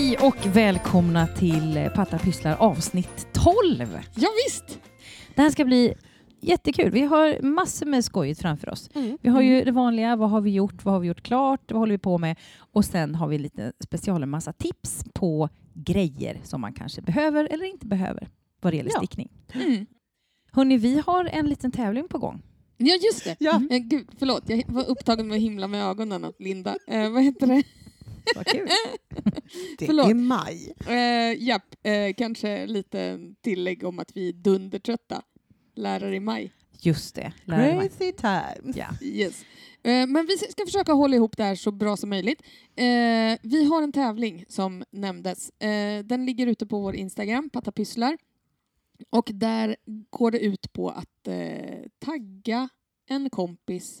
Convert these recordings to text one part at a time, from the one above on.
Hej och välkomna till Patta Pysslar avsnitt 12. Ja, visst. Det här ska bli jättekul. Vi har massor med skojigt framför oss. Vi har ju det vanliga, vad har vi gjort, vad har vi gjort klart, vad håller vi på med? Och sen har vi lite en massa tips på grejer som man kanske behöver eller inte behöver vad det gäller stickning. Hörrni, vi har en liten tävling på gång. Ja, just det. Ja. Gud, förlåt, jag var upptagen med att himla med ögonen åt Linda. Vad heter det? Vad kul. Det Förlåt. är maj. Kanske lite tillägg om att vi är dundertrötta. Lärare i maj. Just det. Crazy times. Ja. Yes. Men vi ska försöka hålla ihop det här så bra som möjligt. Vi har en tävling som nämndes. Den ligger ute på vår Instagram, Patta Pysslar. Och där går det ut på att tagga en kompis.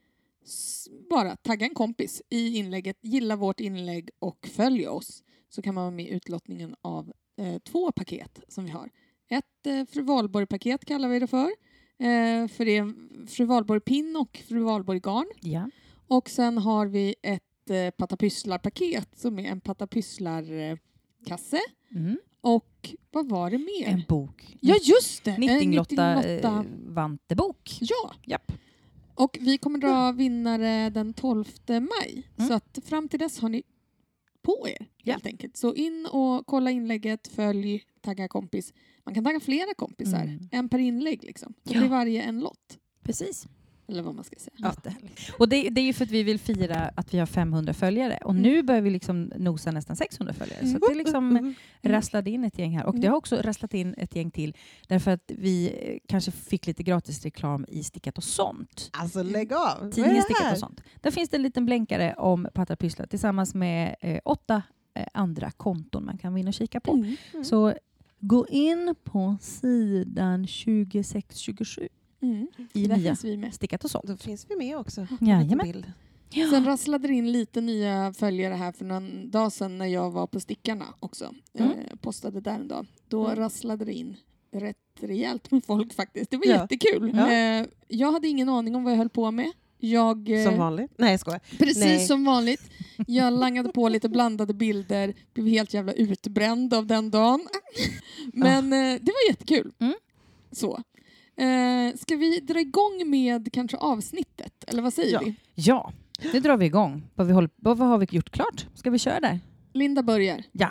Bara tagga en kompis i inlägget, gilla vårt inlägg och följ oss. Så kan man vara med i utlottningen av 2 paket som vi har. Ett Fru Valborg-paket kallar vi det för. För det är Fru Valborg-pin och Fru Valborg-garn. Ja. Och sen har vi ett Patta Pysslar-paket som är en Patta Pysslar-kasse. Och vad var det mer? En bok. Ja, just det! Nittinglotta Vantebok. Ja. Japp. Och vi kommer dra vinnare den 12 maj. Så att fram till dess har ni på er helt enkelt. Så in och kolla inlägget, följ, tagga kompis. Man kan tagga flera kompisar. En per inlägg liksom. Då blir varje en lott. Precis. Eller vad man ska säga. Jättehärligt. Och det är ju för att vi vill fira att vi har 500 följare. Och nu börjar vi liksom nosa nästan 600 följare. Så det liksom rasslade in ett gäng här. Och det har också rasslat in ett gäng till. Därför att vi kanske fick lite gratis reklam i Stickat och sånt. Alltså lägg av. Tidningen Stickat och sånt. Där finns det en liten blänkare om Patta Pysslar tillsammans med 8 andra konton man kan vinna och kika på. Så gå in på sidan 26-27. I Där nya finns vi med. Stickat och sånt. Då finns vi med också. Jajamän. Bild. Sen rasslade det in lite nya följare här för någon dag sedan när jag var på Stickarna också. Postade där en dag. Då rasslade det in rätt rejält med folk faktiskt. Det var jättekul. Ja. Jag hade ingen aning om vad jag höll på med. Som vanligt. Nej, jag skojar. Precis som vanligt. Jag langade på lite blandade bilder. Blev helt jävla utbränd av den dagen. Men det var jättekul. Så. Ska vi dra igång med kanske avsnittet? Eller vad säger vi? Ja, det drar vi igång. Vad har vi gjort klart? Ska vi köra där? Linda börjar. Ja.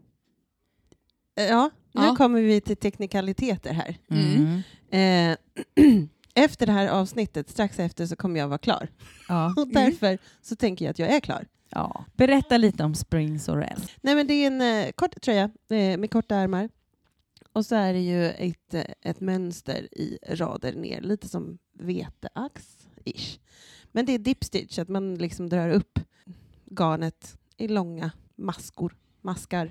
Ja, nu kommer vi till teknikaliteter här. Efter det här avsnittet, strax efter, så kommer jag vara klar. Ja. Och därför så tänker jag att jag är klar. Ja. Berätta lite om Spring Sorrel. Nej, men det är en kort tröja med korta ärmar. Och så är det ju ett mönster i rader ner. Lite som veteax-ish. Men det är dipstitch, att man liksom drar upp garnet i långa maskor.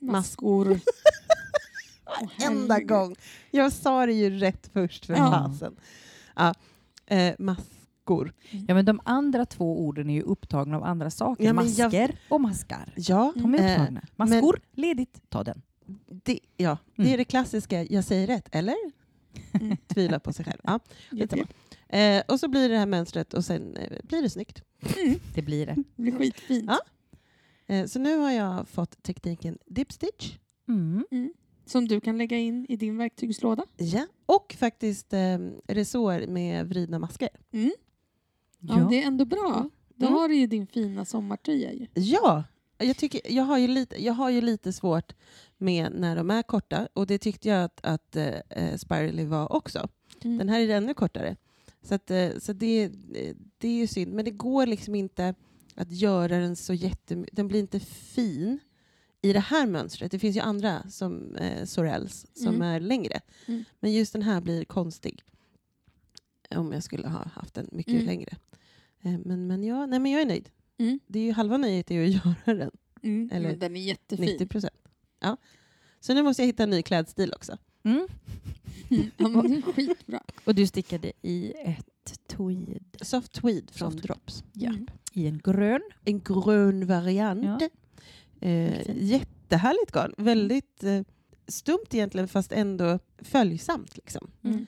Enda gång. Jag sa det ju rätt först för fasen. Ja, maskor. Ja, men de andra 2 orden är ju upptagna av andra saker. Ja, masker och maskar. Ja, de är upptagna. Maskor, ledigt, ta den. Det är det klassiska, jag säger rätt, eller? Tvivla på sig själv. Ja, och så blir det här mönstret och sen blir det snyggt. Det blir det. Det blir skitfint. Ja. Så nu har jag fått tekniken dipstitch. Som du kan lägga in i din verktygslåda. Ja, och faktiskt resår med vridna masker. Ja, det är ändå bra. Då har du ju din fina sommartröja ju. Ja, jag har ju lite svårt med när de är korta. Och det tyckte jag att Spirally var också. Den här är ännu kortare. Så det är ju synd. Men det går liksom inte att göra den så den blir inte fin i det här mönstret. Det finns ju andra som Sorels som är längre. Men just den här blir konstig. Om jag skulle ha haft den mycket längre. Men jag är nöjd. Det är ju halva nöjet är ju att göra den. Eller men den är jättefin. 90%. Ja. Så nu måste jag hitta en ny klädstil också. Ja, men det är skitbra. Och du stickade i ett tweed. Soft tweed från Drops. Ja. I en grön. En grön variant. Ja. Jättehärligt garn. Väldigt stumt egentligen, fast ändå följsamt liksom.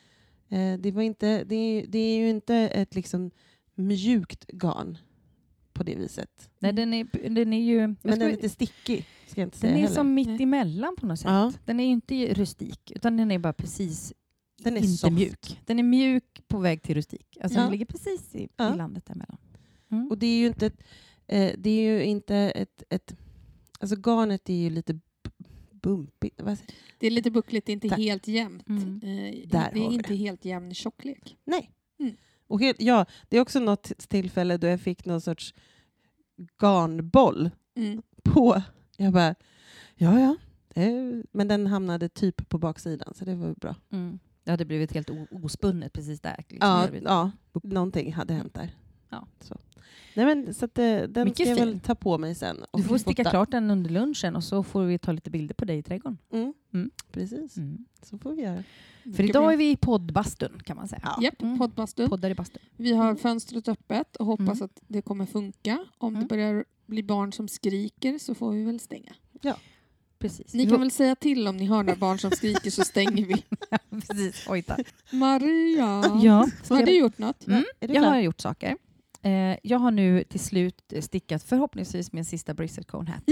Det är ju inte ett liksom mjukt garn på det viset. Nej, den är ju... Men den är lite stickig. Ska jag inte Den säga är heller. som mitt emellan på något sätt. Ja. Den är ju inte rustik, utan den är bara precis Den är inte soft. mjuk. Den är mjuk på väg till rustik. Alltså Ja. den ligger precis i landet däremellan. Mm. Och det är ju inte det är ju inte ett alltså garnet är ju lite bumpigt. Det är lite buckligt, det är inte Tack. helt jämnt. Där Det har är vi inte det. helt jämn tjocklek. Nej. Mm. Och det är också något tillfälle då jag fick någon sorts garnboll på. Jag bara, ja. Men den hamnade typ på baksidan, så det var bra. Mm. Det hade blivit helt ospunnet precis där. Liksom. Ja, någonting hade hänt där. Ja. Så. Nej, men, så att, den Mycket ska jag väl fint. ta på mig sen. Och Du får sticka fota. klart den under lunchen och så får vi ta lite bilder på dig i trädgården. Precis, så får vi göra. För idag är vi i poddbastun kan man säga. Ja. Japp, poddbastun. Poddar i bastun. Vi har fönstret öppet och hoppas att det kommer funka. Om det Mm. börjar bli barn som skriker så får vi väl stänga. Precis. Ni kan väl säga till om ni hör några barn som skriker så stänger vi. Precis. Oj, tack. Maria, Ja. har du gjort något? Mm. Är du Jag klar? har gjort saker. Jag har nu till slut stickat förhoppningsvis min sista Bristle Cone Hat.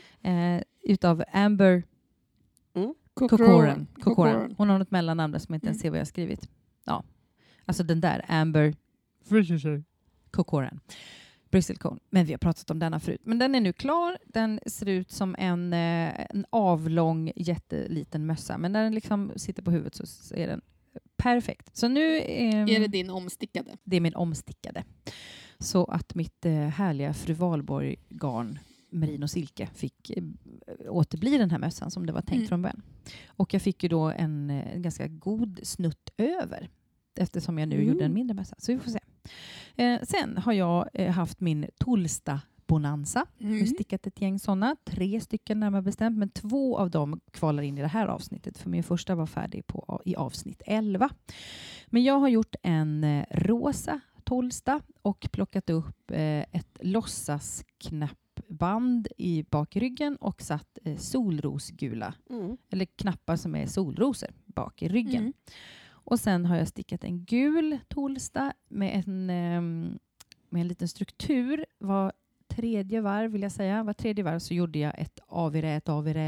Utav Amber Corcoran. Hon har något mellannamn som jag inte ens ser vad jag har skrivit. Ja. Alltså den där Amber Corcoran. Bristle Cone. Men vi har pratat om denna förut. Men den är nu klar. Den ser ut som en avlång jätteliten mössa. Men när den liksom sitter på huvudet så är den perfekt. Så nu Är det din omstickade? det är min omstickade. Så att mitt härliga Fru Valborg garn merino silke fick återbli den här mössan som det var tänkt från början. Och jag fick ju då en ganska god snutt över eftersom jag nu gjorde en mindre mössa. Så vi får se. Sen har jag haft min Tolsta Bonanza. Jag har stickat ett gäng sådana. 3 stycken närmare bestämt. Men 2 av dem kvalar in i det här avsnittet. För min första var färdig i avsnitt 11. Men jag har gjort en rosa Tolsta och plockat upp ett låtsasknappband i bakryggen och satt solrosgula. Eller knappar som är solrosor bak i ryggen. Och sen har jag stickat en gul Tolsta med en liten struktur. Var tredje varv så gjorde jag ett avirät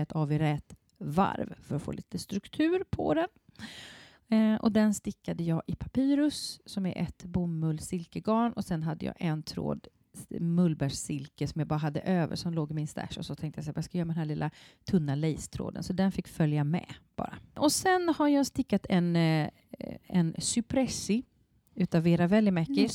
varv för att få lite struktur på den. Och den stickade jag i papyrus som är ett bomull-silkegarn. Och sen hade jag en tråd mullbärssilke som jag bara hade över som låg i min stash. Och så tänkte jag att jag ska göra med den här lilla tunna lace-tråden. Så den fick följa med bara. Och sen har jag stickat en Cypressi utav Vera Välimäki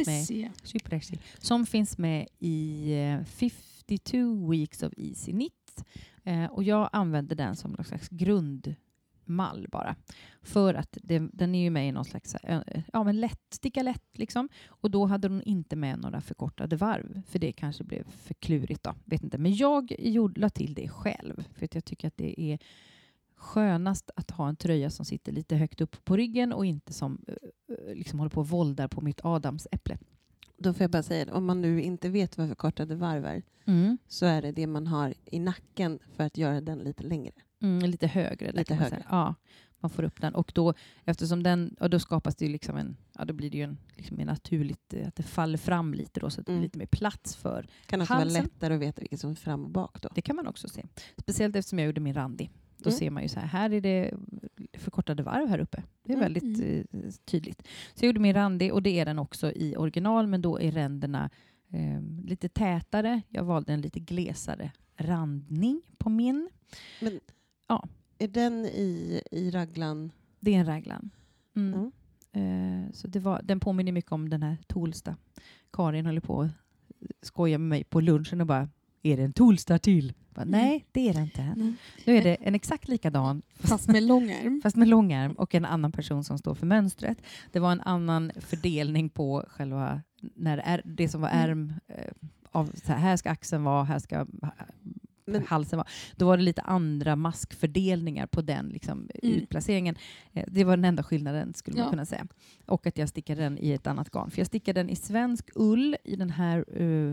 som finns med i 52 Weeks of Easy Knit. Och jag använder den som någon slags grundmall bara. För att den är ju med i någon slags sticka lätt liksom. Och då hade hon inte med några förkortade varv. För det kanske blev för klurigt då. Vet inte. Men jag la till det själv. För att jag tycker att det är skönast att ha en tröja som sitter lite högt upp på ryggen och inte som liksom håller på och våldar på mitt adamsäpple. Då får jag bara säga, om man nu inte vet vad förkortade varv är, så är det man har i nacken för att göra den lite längre. Lite högre. Lite högre. Säga. Ja, man får upp den. Och då, eftersom den, då skapas det ju liksom då blir det ju liksom en naturligt, att det faller fram lite då, så att det blir lite mer plats för kan också halsen. vara lättare att veta vilket som är fram och bak då. Det kan man också se. Speciellt eftersom jag gjorde min randi. Då ser man ju så här är det förkortade varv här uppe. Det är väldigt tydligt. Så jag gjorde min randi och det är den också i original, men då är ränderna lite tätare. Jag valde en lite glesare randning på min. Men är den i raglan? Det är en raglan. Så den påminner mycket om den här Tolsta. Karin höll på att skoja med mig på lunchen och bara, är det en Tolsta till? Bara, nej, det är det inte. Nu är det en exakt likadan. Fast med långärm. Fast med långärm och en annan person som står för mönstret. Det var en annan fördelning på själva, det som var ärm, av så här ska axeln vara, här ska halsen vara. Då var det lite andra maskfördelningar på den liksom, utplaceringen. Det var den enda skillnaden skulle man kunna säga. Och att jag stickade den i ett annat garn. För jag stickade den i svensk ull i den här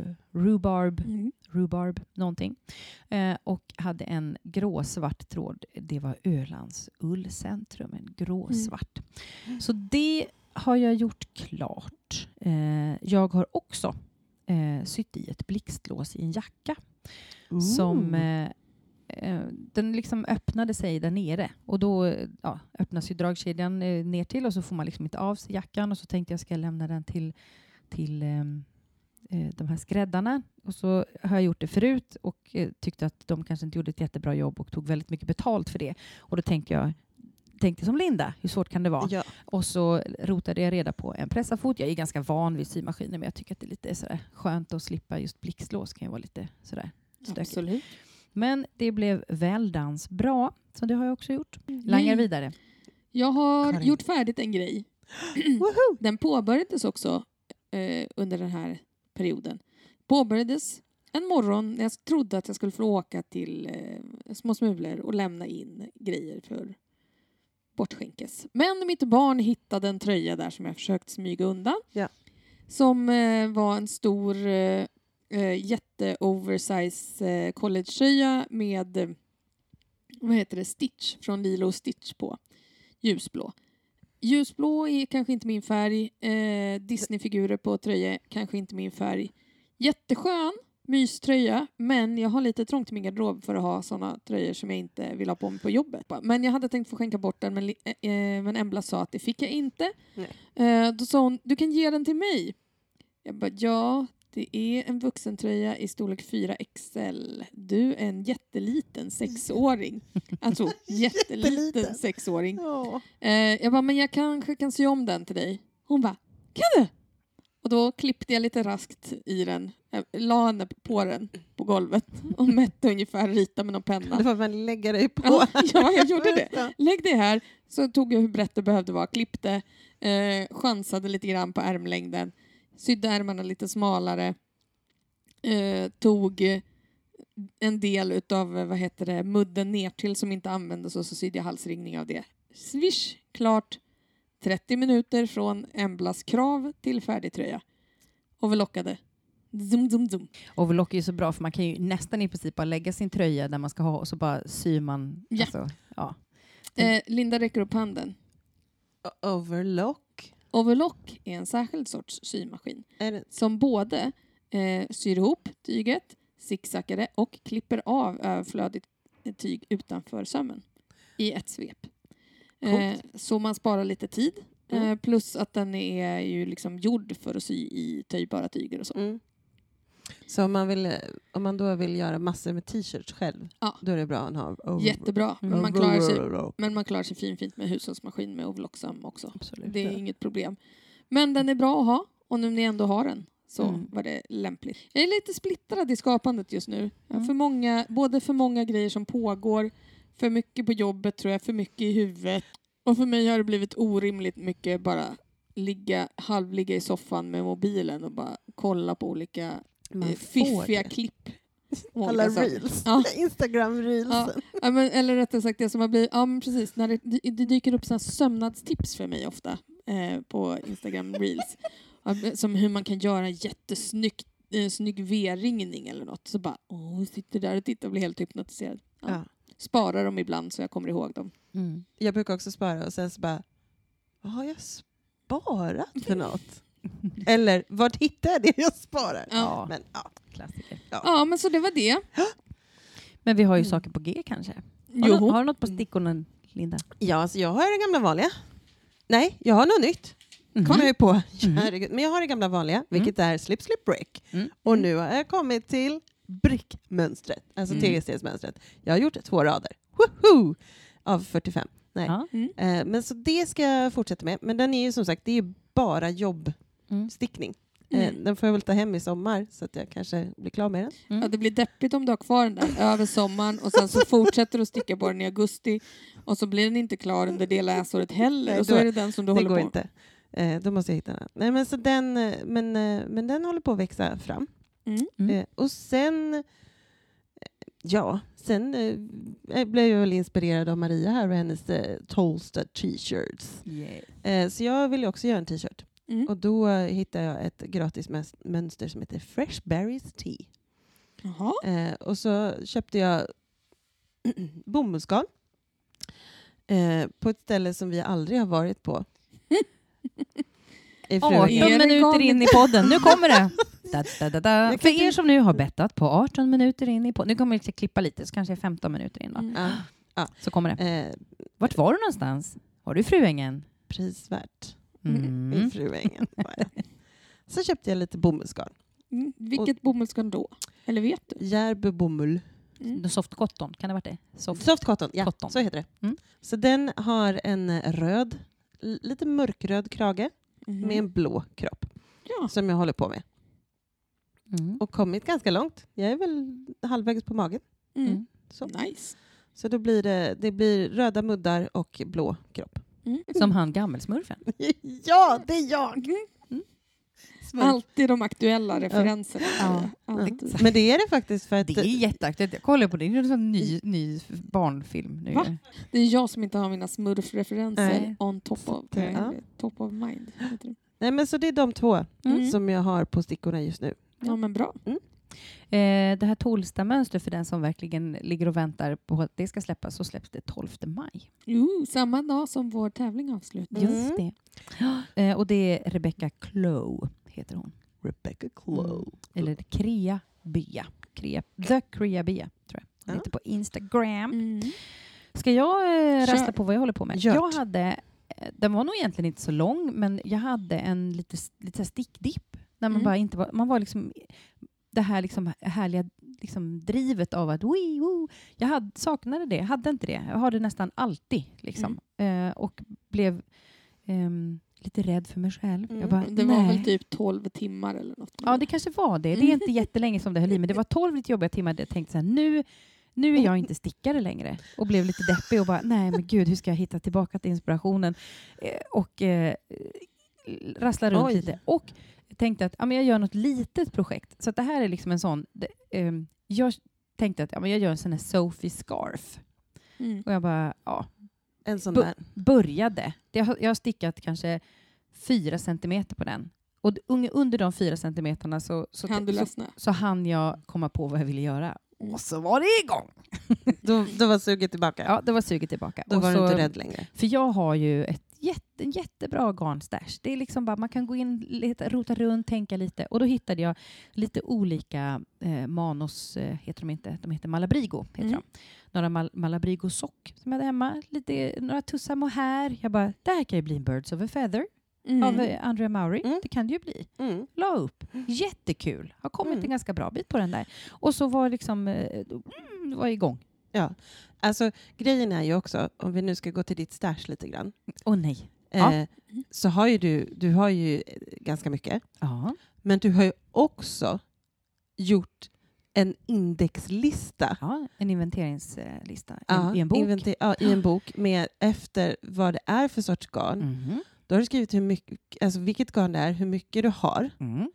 rhubarb någonting. Och hade en gråsvart tråd. Det var Ölands ullcentrum, en gråsvart. Så det har jag gjort klart. Jag har också sytt i ett blixtlås i en jacka. Som den liksom öppnade sig där nere. Och då öppnas ju dragkedjan ner till och så får man liksom inte av sig jackan. Och så tänkte jag ska lämna den till de här skräddarna. Och så har jag gjort det förut och tyckte att de kanske inte gjorde ett jättebra jobb och tog väldigt mycket betalt för det. Och då tänkte jag som Linda, hur svårt kan det vara? Ja. Och så rotade jag reda på en pressarfot. Jag är ganska van vid symaskiner men jag tycker att det är lite sådär skönt att slippa just blixtlås. Kan ju vara lite sådär stökigt. Absolut. Men det blev väldans bra. Så det har jag också gjort. Langar vidare. Jag har Karin. gjort färdigt en grej. Den påbörjades också under den här perioden. Påbörjades en morgon när jag trodde att jag skulle få åka till Små Smulor och lämna in grejer för bortskänkes. Men mitt barn hittade en tröja där som jag försökt smyga undan. Ja. Som var en stor jätte-oversize college-tröja med Stitch från Lilo Stitch på. Ljusblå. Ljusblå är kanske inte min färg. Disney-figurer på tröja kanske inte min färg. Jätteskön myströja, men jag har lite trångt i min garderob för att ha såna tröjor som jag inte vill ha på mig på jobbet. Men jag hade tänkt få skänka bort den, men Embla sa att det fick jag inte. Då sa hon, du kan ge den till mig. Jag bara, ja, det är en vuxentröja i storlek 4XL. Du är en jätteliten 6-åring. Alltså, jätteliten 6-åring. Jag bara, men jag kanske kan sy om den till dig. Hon bara, kan du? Och då klippte jag lite raskt i den. Jag la henne på den på golvet. Och mätte ungefär, rita med någon penna. Det var man lägga dig på. Ja, jag gjorde det. Lägg det här. Så tog jag hur brett det behövde vara. Klippte. Chansade lite grann på ärmlängden. Sydde ärmarna lite smalare. Tog en del utav mudden ner till som inte användes. Och så sydde jag halsringning av det. Swish, klart. 30 minuter från Emblas krav till färdig tröja. Overlockade. Zoom, zoom, zoom. Overlock är ju så bra för man kan ju nästan i princip bara lägga sin tröja där man ska ha och så bara syr man. Ja. Alltså, ja. Linda räcker upp handen. Overlock? Overlock är en särskild sorts symaskin. Är det? Som både syr ihop tyget, zigzaggade och klipper av överflödigt tyg utanför sömmen. I ett svep. Så man sparar lite tid. Plus att den är ju liksom gjord för att sy i töjbara tyger och så. Så om man då vill göra massor med t-shirts själv, då är det bra att ha jättebra. Men man klarar sig fint med hushållsmaskin med overlocksam också. Absolut. Det är inget problem. Men den är bra att ha. Och nu när ni ändå har den så var det lämpligt. Jag är lite splittrad i skapandet just nu. Både för många grejer som pågår. För mycket på jobbet tror jag. För mycket i huvudet. Och för mig har det blivit orimligt mycket bara halvligga i soffan med mobilen och bara kolla på olika fiffiga klipp. Alla reels. Instagram-reels. Ja, eller rättare sagt det som har blivit... Ja, men precis. När det dyker upp såna sömnadstips för mig ofta på Instagram-reels. Som hur man kan göra en jättesnygg V-ringning eller något. Så bara, sitter där och tittar och blir helt hypnotiserad. Ja. Sparar dem ibland så jag kommer ihåg dem. Jag brukar också spara och sen så bara, vad har jag sparat för något? Eller, vart hittar jag det jag sparar? Ja, men klassiker. Ja, men så det var det. Men vi har ju saker på G kanske. Har du något på stickorna, Linda? Ja, alltså jag har det gamla vanliga. Nej, jag har något nytt. Kommer jag ju på. Men jag har det gamla vanliga, vilket är slip, slip, break. Och nu har jag kommit till brickmönstret. Alltså tegelstensmönstret. Jag har gjort 2 rader. Woho! Av 45. Nej. Men så det ska jag fortsätta med. Men den är ju som sagt, det är bara jobbstickning. Den får jag väl ta hem i sommar så att jag kanske blir klar med den. Ja, det blir deppigt om du har kvar den där över sommaren och sen så fortsätter du att sticka på den i augusti och så blir den inte klar under det läsåret heller. Nej, och så är det den som du håller på. Det går inte. Då måste jag hitta den. Nej, men så men den håller på att växa fram. Och sen blev jag väl inspirerad av Maria här och hennes Tolsta t-shirts. Så jag vill ju också göra en t-shirt. Och då hittade jag ett gratis mönster som heter Fresh Berries Tea. Och så köpte jag bomullsgarn på ett ställe som vi aldrig har varit på. 18 minuter in i podden, nu kommer det. För er som nu har bettat på 18 minuter in i på. Nu kommer vi klippa lite, så kanske 15 minuter in då. Så kommer det. Vart var du någonstans? Har du Fruängen? Prisvärt. I Fruängen var jag. Så köpte jag lite bomullsgarn. Vilket bomullsgarn då? Eller vet du? Järby bomull. Soft cotton, kan det vara det? Soft cotton, ja. Cotton. Så heter det. Så den har en röd, lite mörkröd krage med en blå kropp. Ja. Som jag håller på med. Och kommit ganska långt. Jag är väl halvvägs på magen. Så. Nice. Så då blir det blir röda muddar och blå kropp. Som han gammelsmurfen. Ja, det är jag! Alltid de aktuella referenserna. Ja. Men det är det faktiskt för att... Det är jätteaktuellt. Jag kollar på det. Det är en sån ny barnfilm nu. Va? Det är jag som inte har mina smurfreferenser Nej. on top of mind. Nej, men så det är de två som jag har på stickorna just nu. Ja, men bra. Det här Tolsta-mönstret för den som verkligen ligger och väntar på att det ska släppas, så släpps det 12 maj. Samma dag som vår tävling avslutas. Just det. Och det är Rebecca Clow, heter hon. Rebecca Clow. Eller Crea Bea. The Crea Bea, tror jag. Hon heter på Instagram. Ska jag rassla på vad jag håller på med? Jag hade, den var nog egentligen inte så lång, men jag hade en lite stickdipp. Där man bara inte var, man var liksom det här liksom härliga liksom drivet av att jag saknade det, hade inte det. Jag har det nästan alltid liksom. Och blev lite rädd för mig själv. Jag bara, det var väl typ 12 timmar eller något. Ja, det kanske var det. Det är inte jättelänge som det höll i, men det var 12 lite jobbiga timmar där jag tänkte så här, nu är jag inte stickare längre. Och blev lite deppig och bara, nej men gud, hur ska jag hitta tillbaka till inspirationen? Och rassla runt lite. Och tänkte att jag gör något litet projekt. Så att det här är liksom en sån... jag tänkte att jag gör en sån här Sophie scarf. Och jag bara, en sån där. Började. Jag har stickat kanske 4 centimeter på den. Och under de 4 centimeterna så hann jag komma på vad jag ville göra. Och så var det igång! Då var suget tillbaka. Ja, det var suget tillbaka. Då var du inte rädd längre. För jag har ju en jättebra garnstash. Det är liksom bara, man kan gå in, rota runt, tänka lite. Och då hittade jag lite olika Manos, heter de inte, de heter Malabrigo. Heter de. Några Malabrigo sock som jag hade hemma. Några tussar mohair. Jag bara, det här kan ju bli en Birds of a Feather. Av Andrea Mowry. Det kan det ju bli. La upp. Jättekul. Har kommit en ganska bra bit på den där. Och så var liksom var igång. Ja. Alltså grejen är ju också, om vi nu ska gå till ditt stash lite grann. Nej. Så har ju du har ju ganska mycket. Ja. Men du har ju också gjort en indexlista. Ja, en inventeringslista i en bok. I en bok med efter vad det är för sorts garn. Då har du skrivit hur mycket, alltså vilket garn det är, hur mycket du har.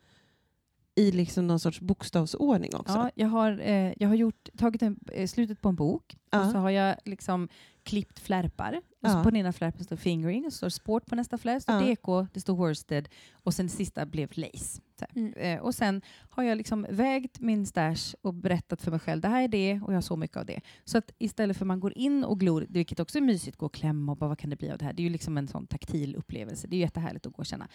I liksom någon sorts bokstavsordning också. Ja, jag har tagit slutet på en bok. Och så har jag liksom klippt flärpar. Och så på den ena flärpen står fingering. Och så står sport på nästa flärp. Så DK, det står worsted. Och sen det sista blev lace. Och sen har jag liksom vägt min stash och berättat för mig själv. Det här är det och jag har så mycket av det. Så att istället för att man går in och glor, vilket också är mysigt, gå och klämma och bara, vad kan det bli av det här? Det är ju liksom en sån taktil upplevelse. Det är ju jättehärligt att gå och känna.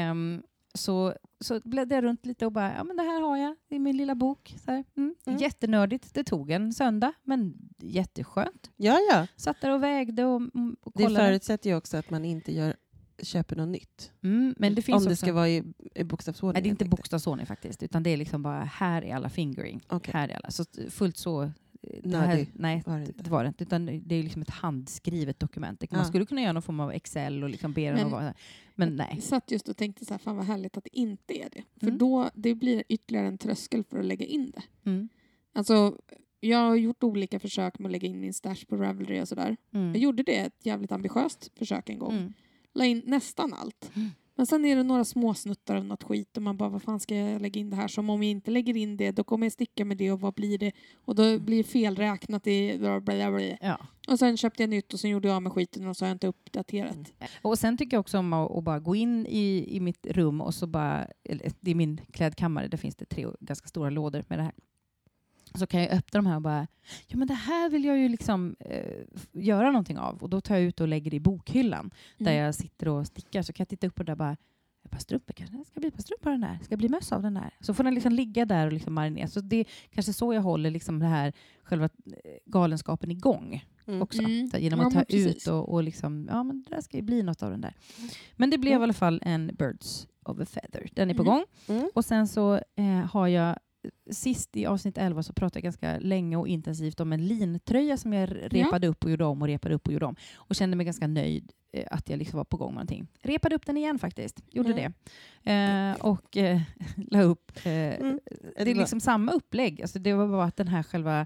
Så bläddrade jag runt lite och bara, men det här har jag i min lilla bok. Så här, Jättenördigt. Det tog en söndag, men jätteskönt. Ja. Satt där och vägde och kollade. Det förutsätter ju också att man inte köper något nytt. Men det finns om det också, ska vara i bokstavsordning. Nej, det är inte bokstavsordning faktiskt, utan det är liksom bara, här är alla fingering. Okay. Här är alla. Så fullt så... Nej, det var det inte. Utan det är liksom ett handskrivet dokument. Man skulle kunna göra någon form av Excel och liksom be den vara... Men nej. Jag satt just och tänkte så här, fan vad härligt att det inte är det. För då det blir ytterligare en tröskel för att lägga in det. Alltså, jag har gjort olika försök med att lägga in min stash på Ravelry och sådär. Jag gjorde det ett jävligt ambitiöst försök en gång. La in nästan allt. Men sen är det några små snuttar av något skit och man bara, vad fan ska jag lägga in det här? Som om jag inte lägger in det, då kommer jag sticka med det och vad blir det? Och då blir felräknat i... Ja. Och sen köpte jag nytt och sen gjorde jag av med skiten och så har jag inte uppdaterat. Och sen tycker jag också om att bara gå in i mitt rum och så bara... Det är min klädkammare, där finns det 3 ganska stora lådor med det här. Så kan jag öppna de här och bara, men det här vill jag ju liksom göra någonting av. Och då tar jag ut och lägger det i bokhyllan. Där jag sitter och stickar. Så kan jag titta upp och där bara, ett par strumpor kanske. Ska det bli ett par strumpor av den där? Ska det bli mössa av den där? Så får den liksom ligga där och liksom marinera. Så det är kanske så jag håller liksom det här själva galenskapen igång också. Så genom att ta ut och liksom, men det där ska ju bli något av den där. Men det blev i alla fall en Birds of a Feather. Den är på gång. Och sen så har jag sist i avsnitt 11 så pratade jag ganska länge och intensivt om en lintröja som jag repade upp och gjorde om och repade upp och gjorde om. Och kände mig ganska nöjd att jag liksom var på gång med någonting. Repade upp den igen faktiskt. Gjorde det. Och la upp. Det är liksom samma upplägg. Alltså det var bara att den här själva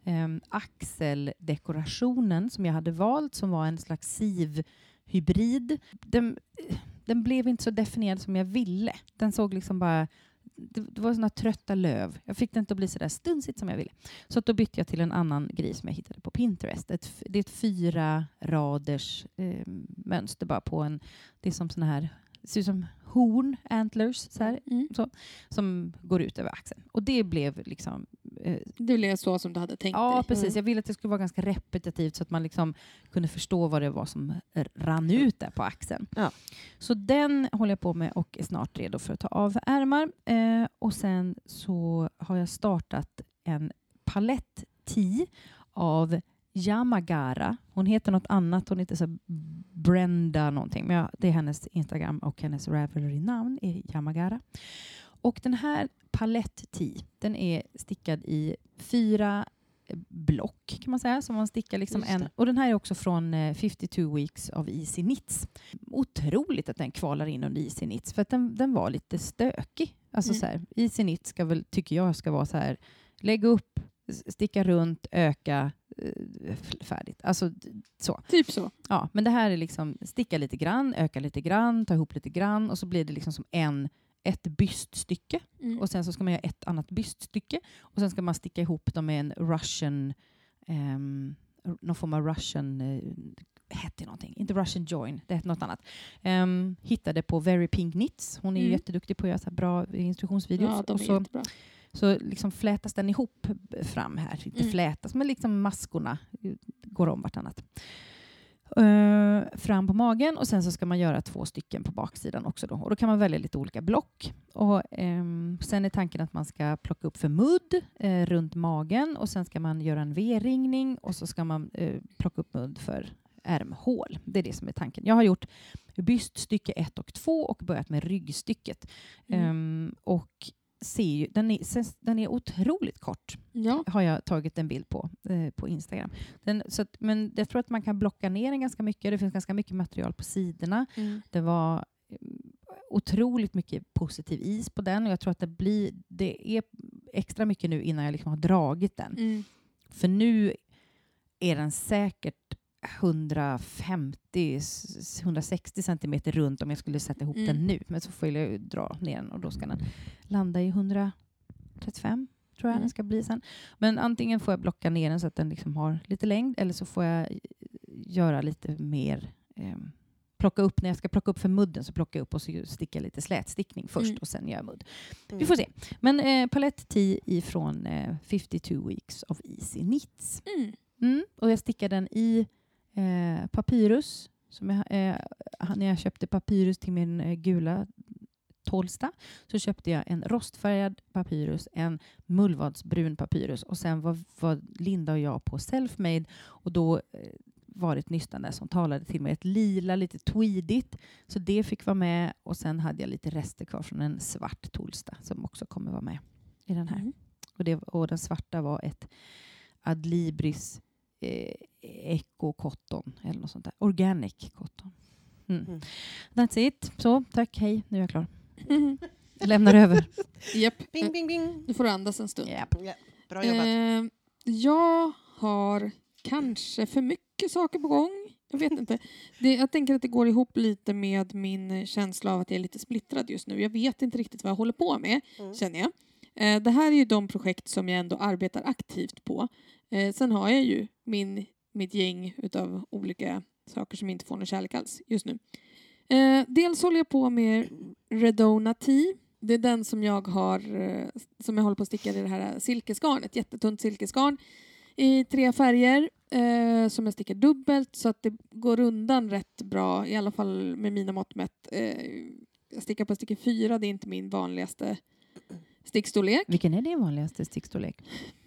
axeldekorationen som jag hade valt som var en slags siv-hybrid. Den blev inte så definierad som jag ville. Den såg liksom bara det var såna trötta löv. Jag fick den inte att bli så där stunsigt som jag ville. Så då bytte jag till en annan grej som jag hittade på Pinterest. Det är ett 4 raders mönster bara på en. Det är som såna här, det ser ut som horn, antlers så här, så, som går ut över axeln. Och det blev liksom det blev så som du hade tänkt dig. Ja, precis. Jag ville att det skulle vara ganska repetitivt så att man liksom kunde förstå vad det var som rann ut där på axeln. Ja. Så den håller jag på med och är snart redo för att ta av ärmar. Och sen så har jag startat en palett-tee av Yamagara. Hon heter något annat. Hon heter så Brenda någonting. Men det är hennes Instagram och hennes Ravelry-namn är Yamagara. Och den här palett-tee, den är stickad i 4 block kan man säga. Som man stickar liksom och den här är också från 52 Weeks of Easy Knits. Otroligt att den kvalar in under Easy Knits. För att den var lite stökig. Alltså så här, Easy Knits tycker jag ska vara så här. Lägg upp, sticka runt, öka, färdigt. Alltså så. Typ så. Ja, men det här är liksom sticka lite grann, öka lite grann, ta ihop lite grann och så blir det liksom som ett byststycke. Och sen så ska man göra ett annat byststycke och sen ska man sticka ihop dem med en Russian någon form av Russian hette någonting. Inte Russian Join, det hette något annat. Hittade på Very Pink Knits. Hon är ju jätteduktig på att göra så här bra instruktionsvideos. Ja, de är jättebra. Så liksom flätas den ihop fram här. Inte flätas, men liksom maskorna går om vartannat. Fram på magen och sen så ska man göra 2 stycken på baksidan också då. Och då kan man välja lite olika block. Och sen är tanken att man ska plocka upp för mudd runt magen och sen ska man göra en V-ringning och så ska man plocka upp mudd för ärmhål. Det är det som är tanken. Jag har gjort byststycke 1 och 2 och börjat med ryggstycket. Och den är otroligt kort. Ja. Har jag tagit en bild på Instagram. Men jag tror att man kan blocka ner den ganska mycket. Det finns ganska mycket material på sidorna. Det var otroligt mycket positiv is på den och jag tror att det är extra mycket nu innan jag liksom har dragit den. För nu är den säkert 150-160 centimeter runt om jag skulle sätta ihop den nu. Men så får jag dra ner den och då ska den landa i 135 tror jag den ska bli sen. Men antingen får jag blocka ner den så att den liksom har lite längd eller så får jag göra lite mer plocka upp, när jag ska plocka upp för mudden så plockar jag upp och så sticka lite slätstickning först och sen gör jag mudd. Vi får se. Men palett-tee ifrån 52 Weeks of Easy Knits. Och jag stickar den i papyrus. När jag köpte papyrus till min gula Tolsta så köpte jag en rostfärgad papyrus, en mullvadsbrun papyrus och sen var Linda och jag på Selfmade och då var det ett nystande som talade till mig ett lila, lite tweedigt. Så det fick vara med och sen hade jag lite rester kvar från en svart Tolsta som också kommer vara med i den här. Och den svarta var ett Adlibris Eco Cotton eller något sånt där. Organic Cotton. That's it. Så, tack, hej. Nu är jag klar. Lämnar över. Japp. Bing, bing, bing. Nu får du andas en stund. Yep. Bra jobbat. Jag har kanske för mycket saker på gång. Jag vet inte. Jag tänker att det går ihop lite med min känsla av att jag är lite splittrad just nu. Jag vet inte riktigt vad jag håller på med, känner jag. Det här är ju de projekt som jag ändå arbetar aktivt på. Sen har jag ju mitt gäng utav olika saker som inte får någon kärlek alls just nu. Dels håller jag på med Redona Tee. Det är den som jag håller på att sticka i det här silkesgarnet. Jättetunt silkesgarn i 3 färger som jag stickar dubbelt så att det går undan rätt bra, i alla fall med mina mått mätt. Jag stickar på stickor 4, det är inte min vanligaste stickstorlek. Vilken är din vanligaste stickstorlek?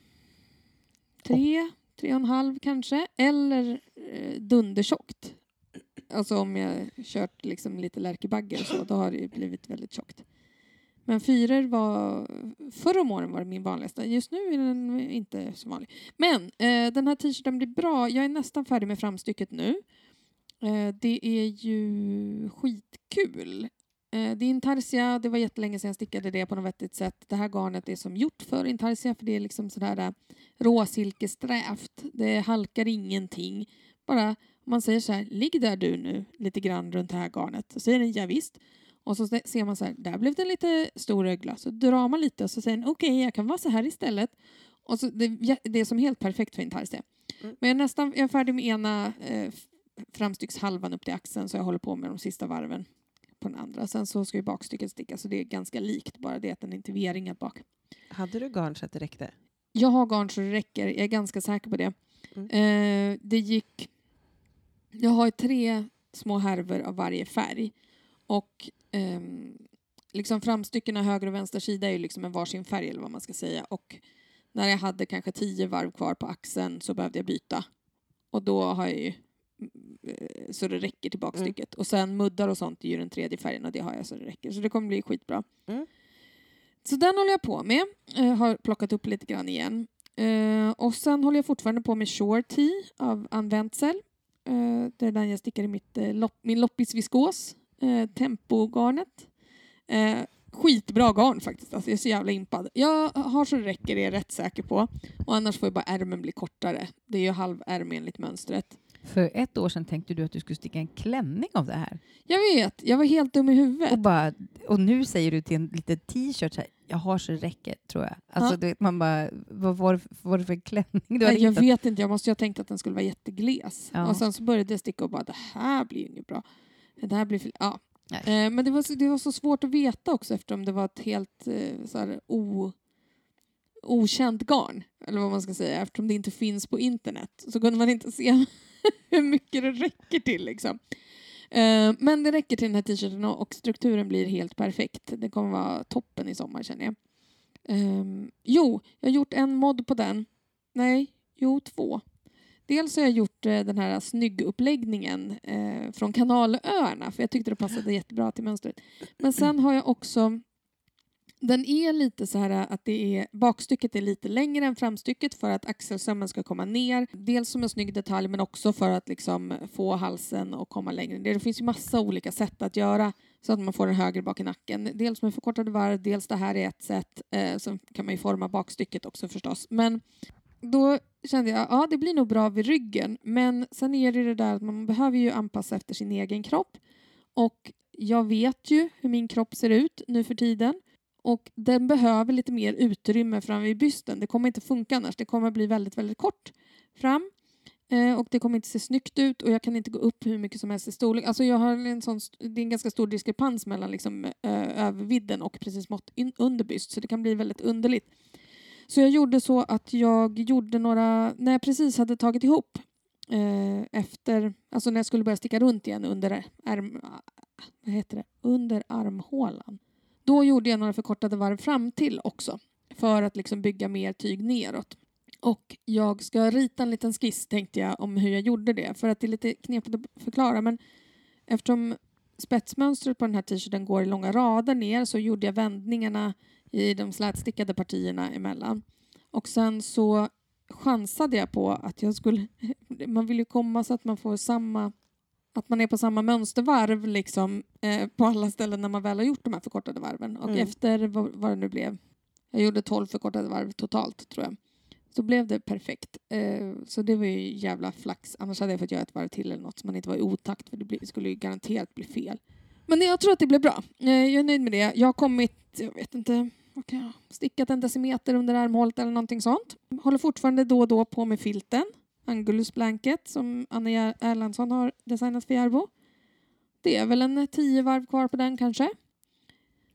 3,5 kanske. Eller dundertjockt. Alltså om jag kört liksom lite lärkebagger och så, då har det blivit väldigt tjockt. Men 4 var... Förra om åren var det min vanligaste. Just nu är den inte så vanlig. Men den här t-shirten blir bra. Jag är nästan färdig med framstycket nu. Det är ju skitkul. Det är intarsia. Det var jättelänge sedan jag stickade det på något vettigt sätt. Det här garnet är som gjort för intarsia. För det är liksom sådär råsilkesträvt. Det halkar ingenting. Bara om man säger så här, ligg där du nu lite grann runt det här garnet. Så säger den ja visst. Och så ser man så här, där blev det lite stor ögla. Så drar man lite och så säger den okej, jag kan vara så här istället. Och så det är som helt perfekt för intarsia. Men jag är färdig med ena framstyckshalvan upp till axeln. Så jag håller på med de sista varven på den andra. Sen så ska ju bakstycket sticka. Så det är ganska likt, bara det att den inte är V-ringad bak. Hade du garn så att det räckte? Jag har garn så det räcker. Jag är ganska säker på det. Det gick... Jag har 3 små härvor av varje färg. Och liksom framstyckena höger och vänster sida är ju liksom en varsin färg eller vad man ska säga. Och när jag hade kanske 10 varv kvar på axeln så behövde jag byta. Och då har jag ju så det räcker till bakstycket. Och sen muddar och sånt är ju den tredje färgen och det har jag så det räcker. Så det kommer bli skitbra. Så den håller jag på med. Har plockat upp lite grann igen. Och sen håller jag fortfarande på med Shore Tea av Ann Wenzel. Det är den jag stickar i min loppisviskos. Tempogarnet. Skitbra garn faktiskt. Alltså jag är så jävla impad. Jag har så det räcker, det är jag rätt säker på. Och annars får ju bara ärmen bli kortare. Det är ju halvärm enligt mönstret. För 1 år sedan tänkte du att du skulle sticka en klänning av det här. Jag vet, jag var helt dum i huvudet. Och nu säger du till en liten t-shirt så här, jag har så det räcker, tror jag. Alltså du vet, man bara, vad var det för klänning du hade jag hittat? vet inte, jag måste ju ha tänkt att den skulle vara jättegles. Ja. Och sen så började jag sticka och bara, det här blir ju inget bra. Det här blir ja. Men det var så svårt att veta också eftersom det var ett helt så här, okänt garn. Eller vad man ska säga. Eftersom det inte finns på internet så kunde man inte se hur mycket det räcker till liksom. Men det räcker till den här t-shirten och strukturen blir helt perfekt. Det kommer vara toppen i sommar känner jag. Jag har gjort en mod på den. 2. Dels har jag gjort den här snygguppläggningen från Kanalöarna. För jag tyckte det passade jättebra till mönstret. Men sen har jag också... Den är lite så här att bakstycket är lite längre än framstycket för att axelsömmen ska komma ner. Dels som en snygg detalj men också för att liksom få halsen att komma längre. Det finns ju massa olika sätt att göra så att man får den högre bak i nacken. Dels med förkortade varv, dels det här är ett sätt. Så kan man ju forma bakstycket också förstås. Men då kände jag, det blir nog bra vid ryggen. Men sen är det där att man behöver ju anpassa efter sin egen kropp. Och jag vet ju hur min kropp ser ut nu för tiden. Och den behöver lite mer utrymme fram vid bysten. Det kommer inte funka annars. Det kommer bli väldigt, väldigt kort fram. Och det kommer inte se snyggt ut. Och jag kan inte gå upp hur mycket som helst i storlek. Alltså jag har det är en ganska stor diskrepans mellan liksom, övervidden och precis mått under byst. Så det kan bli väldigt underligt. Så jag gjorde så att jag gjorde några... När jag precis hade tagit ihop alltså när jag skulle börja sticka runt igen under under armhålan. Då gjorde jag några förkortade varv fram till också. För att liksom bygga mer tyg neråt. Och jag ska rita en liten skiss tänkte jag om hur jag gjorde det. För att det är lite knepigt att förklara. Men eftersom spetsmönstret på den här t-shirten går i långa rader ner så gjorde jag vändningarna i de slätstickade partierna emellan. Och sen så chansade jag på att jag skulle... Man vill ju komma så att man får samma... Att man är på samma mönstervarv liksom, på alla ställen när man väl har gjort de här förkortade varven. Och efter vad det nu blev. Jag gjorde 12 förkortade varv totalt tror jag. Så blev det perfekt. Så det var ju jävla flax. Annars hade jag fått göra ett varv till eller något som man inte var i otakt. För det skulle ju garanterat bli fel. Men jag tror att det blev bra. Jag är nöjd med det. Jag har kommit, jag vet inte, stickat en decimeter under armhålet eller någonting sånt. Håller fortfarande då och då på med filten. Angulus blanket som Anna Erlandsson har designat för Järbo. Det är väl en 10 varv kvar på den kanske.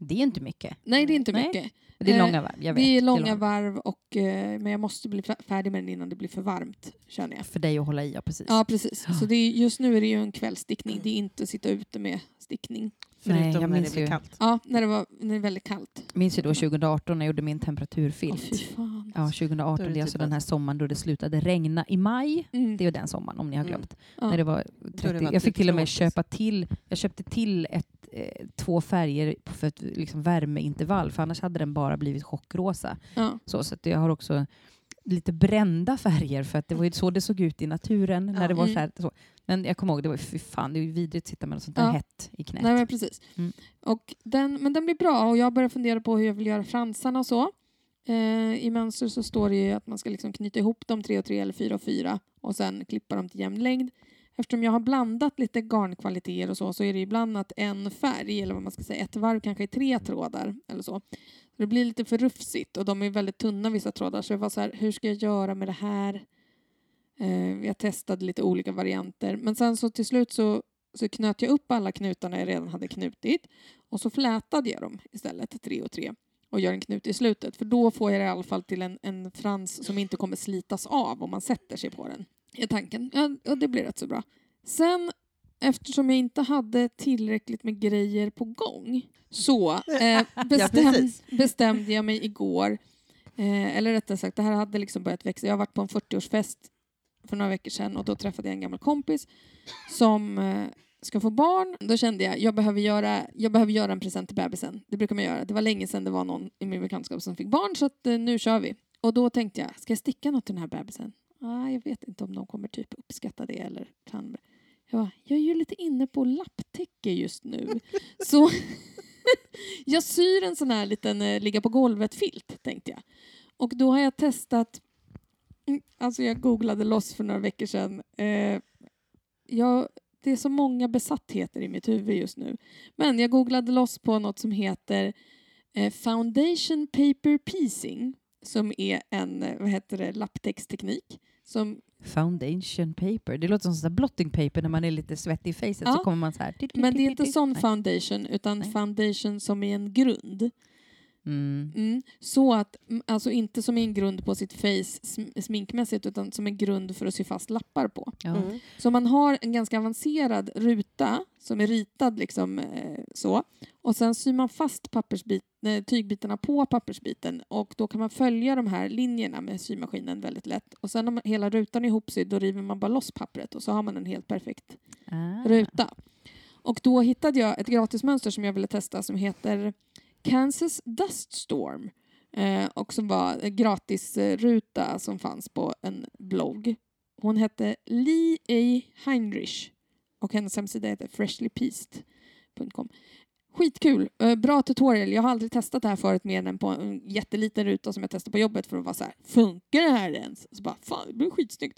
Det är inte mycket. Nej, det är inte Nej. mycket. Det är långa varv, jag vet. Det är långa varv, men jag måste bli färdig med den innan det blir för varmt, känner jag. För dig att hålla i, ja precis. Ja, precis. Så just nu är det ju en kvällsstickning. Det är inte att sitta ute med stickning. Förutom Nej, jag när minns det blir ju. kallt. Ja, när det är väldigt kallt. Minns ju då 2018 när jag gjorde min temperaturfilt. Fy fan. Ja, 2018, Då är det det är alltså typ den här sommaren då det slutade regna i maj. Mm. Det är ju den sommaren, om ni har glömt. Ja. När det var det 30. var Jag fick typ till och med tråkigt. jag köpte till 2 färger för ett liksom värmeintervall, för annars hade den bara blivit chockrosa. Ja. Så att jag har också lite brända färger, för att det var ju så det såg ut i naturen när det var så här. Så. Men jag kommer ihåg, det var fy fan, det är ju vidrigt att sitta med något sånt där hett i knät. Nej, men precis. Mm. Och men den blir bra, och jag börjar fundera på hur jag vill göra fransarna och så. I mönster så står det ju att man ska liksom knyta ihop dem 3 och 3 eller 4 och 4 och sen klippa dem till jämn längd. Eftersom jag har blandat lite garnkvaliteter och så är det ibland att en färg, eller vad man ska säga, ett varv kanske är 3 trådar eller så. Det blir lite för rufsigt, och de är väldigt tunna, vissa trådar. Så jag var så här, hur ska jag göra med det här? Jag testade lite olika varianter. Men sen så till slut så knöt jag upp alla knutarna jag redan hade knutit. Och så flätade jag dem istället, 3 och 3. Och gör en knut i slutet. För då får jag i alla fall till en frans som inte kommer slitas av om man sätter sig på den. I tanken. Ja, det blir rätt så bra. Sen, eftersom jag inte hade tillräckligt med grejer på gång, så bestämde jag mig igår. Eller rättare sagt, det här hade liksom börjat växa. Jag har varit på en 40-årsfest för några veckor sedan, och då träffade jag en gammal kompis som ska få barn. Då kände jag behöver göra en present till bebisen. Det brukar man göra. Det var länge sedan det var någon i min bekantskap som fick barn, så att nu kör vi. Och då tänkte jag, ska jag sticka något till den här bebisen? Jag vet inte om de kommer typ uppskatta det eller kan. Jag är ju lite inne på lapptäcke just nu. Så jag syr en sån här liten ligga på golvet-filt, tänkte jag. Och då har jag testat. Alltså jag googlade loss för några veckor sedan. Det är så många besattheter i mitt huvud just nu. Men jag googlade loss på något som heter foundation paper piecing. Som är en, lapptäcksteknik. Foundation paper. Det låter som sån blotting paper när man är lite svettig i facet, så kommer man så här. Men det är inte sån foundation, utan foundation som är en grund. Så att, alltså inte som en grund på sitt face sminkmässigt, utan som en grund för att sy fast lappar på. Så man har en ganska avancerad ruta som är ritad liksom så, och sen syr man fast tygbitarna på pappersbiten, och då kan man följa de här linjerna med symaskinen väldigt lätt, och sen när hela rutan är ihopsydd, då river man bara loss pappret och så har man en helt perfekt ruta. Och då hittade jag ett gratismönster som jag ville testa som heter Kansas Dust Storm, och som var en gratis ruta som fanns på en blogg. Hon hette Lee A. Heinrich och hennes hemsida heter freshlypieced.com. Skitkul, bra tutorial. Jag har aldrig testat det här förut mer än på en jätteliten ruta som jag testade på jobbet för att vara så här, funkar det här ens? Så bara, fan, det blir skitsnyggt.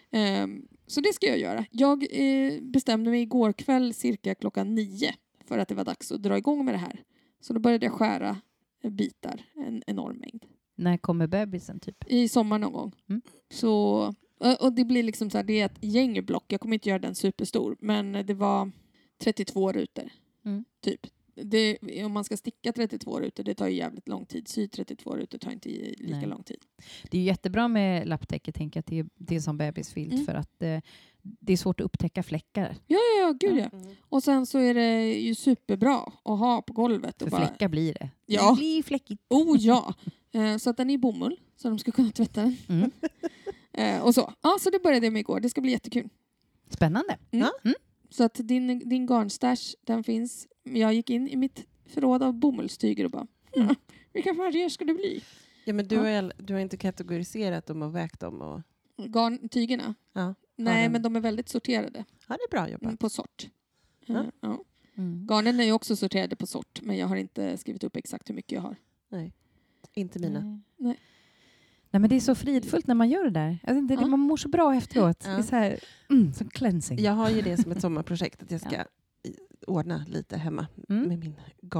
Så det ska jag göra. Jag bestämde mig igår kväll cirka 9:00 för att det var dags att dra igång med det här. Så då började jag skära bitar, en enorm mängd. När kommer bebisen typ? I sommar någon gång. Så, och det blir liksom så här, det är ett gäng block. Jag kommer inte göra den superstor, men det var 32 rutor. Typ. Om man ska sticka 32 rutor, det tar ju jävligt lång tid. Sy 32 rutor tar inte lika lång tid. Det är ju jättebra med lapptäcke, tänker att det är som bebisfilt, för att det är svårt att upptäcka fläckar. Ja, gud ja. Och sen så är det ju superbra att ha på golvet. För och bara, fläckar blir det. Ja. Det blir fläckigt. Ja. Så att den är i bomull, så de ska kunna tvätta den. Och så. Ja, så det började jag med igår. Det ska bli jättekul. Spännande. Så att din garnstash, den finns. Jag gick in i mitt förråd av bomullstyger och bara, vilka färger ska det bli? Ja, men du har inte kategoriserat dem och vägt dem? Och... Garntygerna? Ja. Nej, men de är väldigt sorterade. Ja, det är bra jobbat. På sort. Ja. Garnen är ju också sorterade på sort, men jag har inte skrivit upp exakt hur mycket jag har. Nej, inte mina. Nej. Nej, men det är så fridfullt när man gör det där. Alltså, man mår så bra efteråt. Ja. Det är så här, som cleansing. Jag har ju det som ett sommarprojekt att jag ska ordna lite hemma med min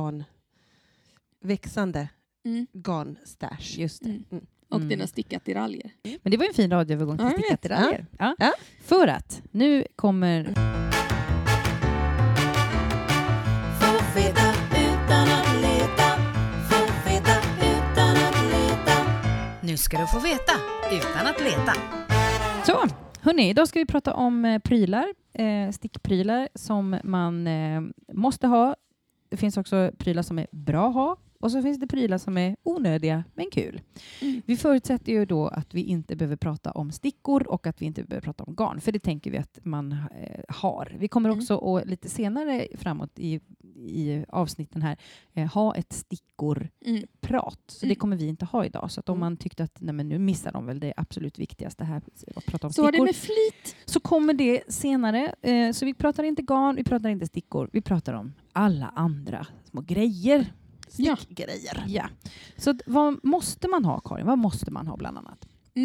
växande garnstash. Just det. Och dina stickatiraljer. Men det var en fin radioövergång till stickatiraljer. Ja. För att nu kommer... För att veta utan att leta. Nu ska du få veta utan att leta. Så, hörni, idag ska vi prata om prylar, stickprylar som man måste ha. Det finns också prylar som är bra att ha. Och så finns det prylar som är onödiga men kul. Vi förutsätter ju då att vi inte behöver prata om stickor och att vi inte behöver prata om garn. För det tänker vi att man har. Vi kommer också att lite senare framåt i avsnitten här ha ett stickorprat. Så det kommer vi inte ha idag. Så att om man tyckte att nej, men nu missar de väl det absolut viktigaste här att prata om stickor. Så är det med flit. Så kommer det senare. Så vi pratar inte garn, vi pratar inte stickor. Vi pratar om alla andra små grejer. Stickgrejer. Ja. Så vad måste man ha, Karin? Vad måste man ha bland annat?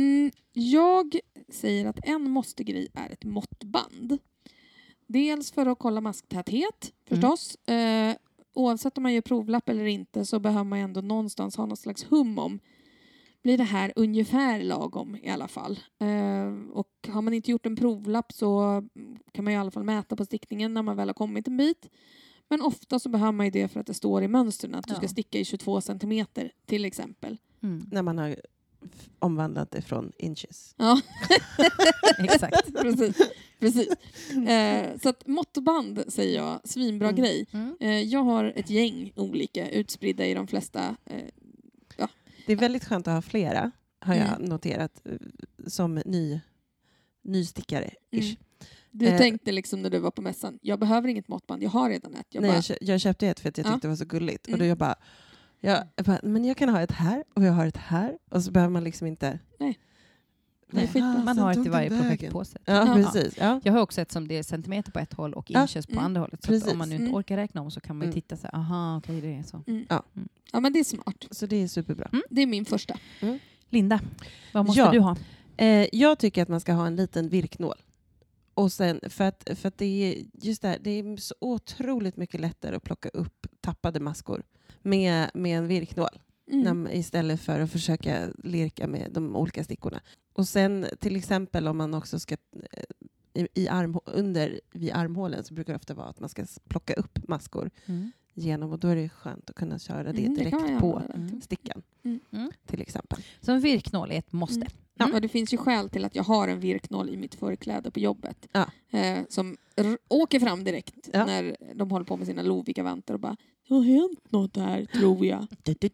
Jag säger att en måste-grej är ett måttband. Dels för att kolla masktäthet förstås. Oavsett om man gör provlapp eller inte så behöver man ändå någonstans ha någon slags hum om. Blir det här ungefär lagom i alla fall. Och har man inte gjort en provlapp så kan man i alla fall mäta på stickningen när man väl har kommit en bit. Men ofta så behöver man ju det för att det står i mönstren att du ska sticka i 22 centimeter till exempel. När man har omvandlat det från inches. Ja, Exakt. precis. Så att måttband säger jag, svinbra grej. Jag har ett gäng olika utspridda i de flesta. Det är väldigt skönt att ha flera, har jag noterat, som nystickare. Du tänkte liksom när du var på mässan, jag behöver inget måttband, jag har redan ett. Jag köpte ett för att jag tyckte det var så gulligt. Och då jag bara, men jag kan ha ett här och jag har ett här. Och så behöver man liksom inte... Nej. Man har ett i varje projektpåse. Ja, precis. Ja. Jag har också ett som det är centimeter på ett håll och inches på andra hållet. Så om man nu inte orkar räkna om så kan man ju titta så här, aha, okej, det är så. Ja, men det är smart. Så det är superbra. Det är min första. Linda, vad måste du ha? Jag tycker att man ska ha en liten virknål. Och sen, för att det är just det här, det är så otroligt mycket lättare att plocka upp tappade maskor med en virknål. Istället för att försöka lirka med de olika stickorna. Och sen till exempel om man också ska vid armhålen så brukar det ofta vara att man ska plocka upp maskor genom, och då är det skönt att kunna köra det direkt på stickan till exempel. Så en virknål är ett måste. Ja, det finns ju skäl till att jag har en virknål i mitt förkläde på jobbet. Som åker fram direkt när de håller på med sina Lovikka-vantar och bara, det har hänt något här, tror jag.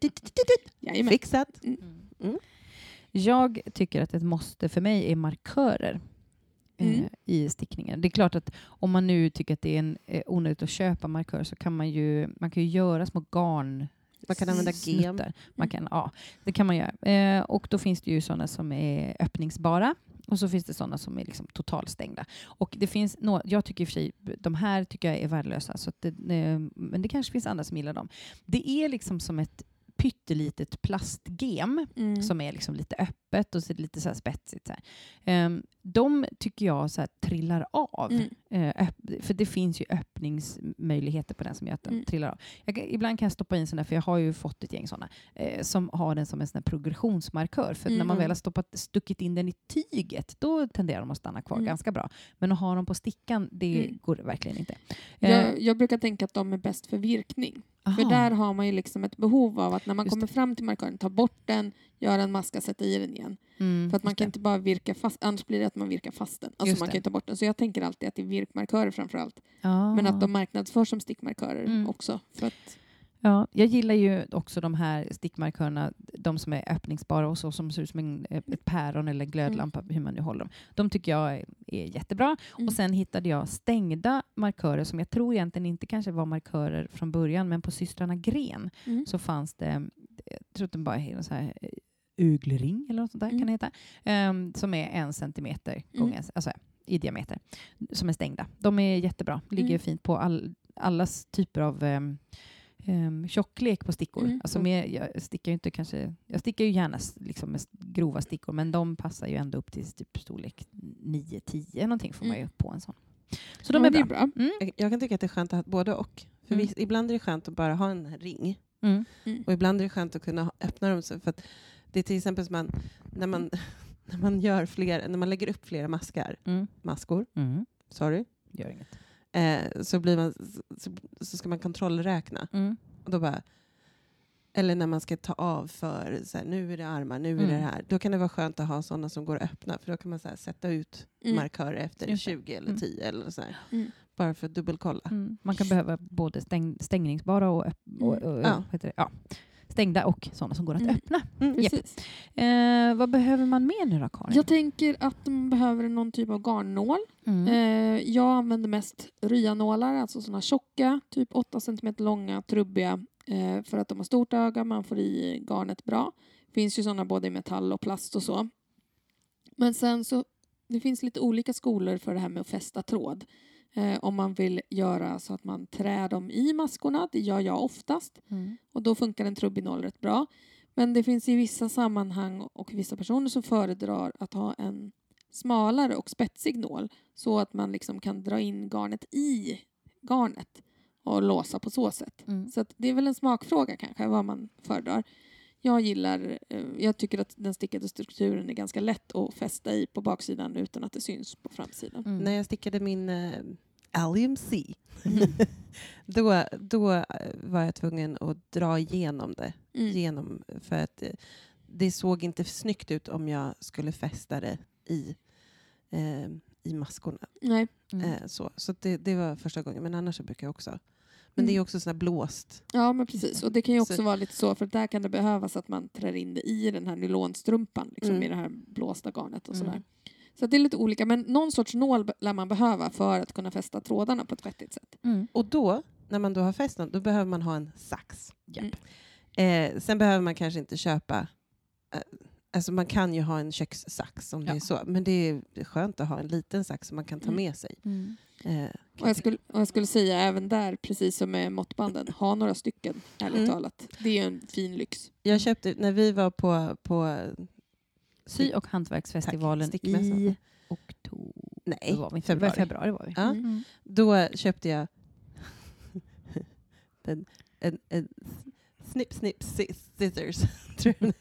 Fixat. Jag tycker att ett måste för mig är markörer i stickningen. Det är klart att om man nu tycker att det är onödigt att köpa markörer så kan man kan ju göra små garn. Man kan använda gem. Det kan man göra. Och då finns det ju sådana som är öppningsbara. Och så finns det sådana som är liksom totalstängda. Och det finns jag tycker i och för sig, de här tycker jag är värdelösa. Så att men det kanske finns andra som gillar dem. Det är liksom som ett pyttelitet plastgem som är liksom lite öppet och så lite så här spetsigt. Så här. De tycker jag så här trillar av. För det finns ju öppningsmöjligheter på den som gör att den trillar av. Ibland kan jag stoppa in sådana, för jag har ju fått ett gäng sådana som har den som en sån här progressionsmarkör. För när man väl har stuckit in den i tyget, då tenderar de att stanna kvar ganska bra. Men att ha dem på stickan, det går verkligen inte. Jag brukar tänka att de är bäst för virkning. Aha. För där har man ju liksom ett behov av att när man kommer fram till markören, ta bort den, göra en maska, sätta i den igen. För att man kan inte bara virka fast, annars blir det att man virkar fast den. Alltså man kan ju ta bort den. Så jag tänker alltid att det är virkmarkörer framförallt. Men att de marknadsförs som stickmarkörer också. För att... Ja, jag gillar ju också de här stickmarkörerna, de som är öppningsbara och så, som ser ut som ett päron eller glödlampa, hur man nu håller dem. De tycker jag är jättebra. Och sen hittade jag stängda markörer som jag tror egentligen inte kanske var markörer från början, men på systrarna Gren så fanns det, jag tror att den bara är en så här öglering eller något sånt där kan det heta, som är 1 centimeter alltså i diameter, som är stängda. De är jättebra, ligger fint på allas typer av tjocklek på stickor. Alltså jag stickar ju gärna liksom med grova stickor, men de passar ju ändå upp till typ storlek 9-10 någonting får man ju på en sån. Så de är bra. Jag kan tycka att det är skönt att ha både och. För ibland är det skönt att bara ha en ring. Och ibland är det skönt att kunna öppna dem. För att det är till exempel som när man lägger upp flera maskor. Sorry. Gör inget. Så ska man kontrollräkna. Och då bara, eller när man ska ta av för så här, nu är det armar, nu är det här. Då kan det vara skönt att ha sådana som går att öppna. För då kan man så här, sätta ut markörer efter 20 eller 10 eller så här. Bara för att dubbelkolla. Man kan behöva både stängningsbara och stängda och sådana som går att öppna. Precis. Vad behöver man mer nu då, Karin? Jag tänker att man behöver någon typ av garnnål. Jag använder mest ryanålar, alltså sådana tjocka, typ 8 cm långa, trubbiga, för att de har stort öga, man får i garnet bra. Det finns ju sådana både i metall och plast och så. Men sen så, det finns lite olika skolor för det här med att fästa tråd. Om man vill göra så att man trär dem i maskorna, det gör jag oftast. Och då funkar en trubbig nål rätt bra. Men det finns i vissa sammanhang och vissa personer som föredrar att ha en smalare och spetsig nål. Så att man liksom kan dra in garnet i garnet och låsa på så sätt. Så att det är väl en smakfråga kanske vad man föredrar. Jag tycker att den stickade strukturen är ganska lätt att fästa i på baksidan utan att det syns på framsidan. När jag stickade min Allium C då var jag tvungen att dra igenom det. För att det såg inte snyggt ut om jag skulle fästa det i maskorna. Nej. Så det var första gången. Men annars så brukar jag också. Men det är också sådär blåst. Ja, men precis. Och det kan ju också vara lite så, för där kan det behövas att man trär in det i den här nylonstrumpan liksom, i det här blåsta garnet och sådär. Så det är lite olika, men någon sorts nål lär man behöva för att kunna fästa trådarna på ett vettigt sätt. Och då, när man då har fäst något, då behöver man ha en sax. Sen behöver man kanske inte köpa... Alltså man kan ju ha en kökssax om det är så. Men det är skönt att ha en liten sax som man kan ta med sig. Och jag skulle säga även där, precis som med måttbanden, ha några stycken, ärligt talat. Det är en fin lyx. Jag köpte, när vi var på Sy- och hantverksfestivalen i oktober. Nej, februari var vi. Ja. Då köpte jag en snip scissors tror jag.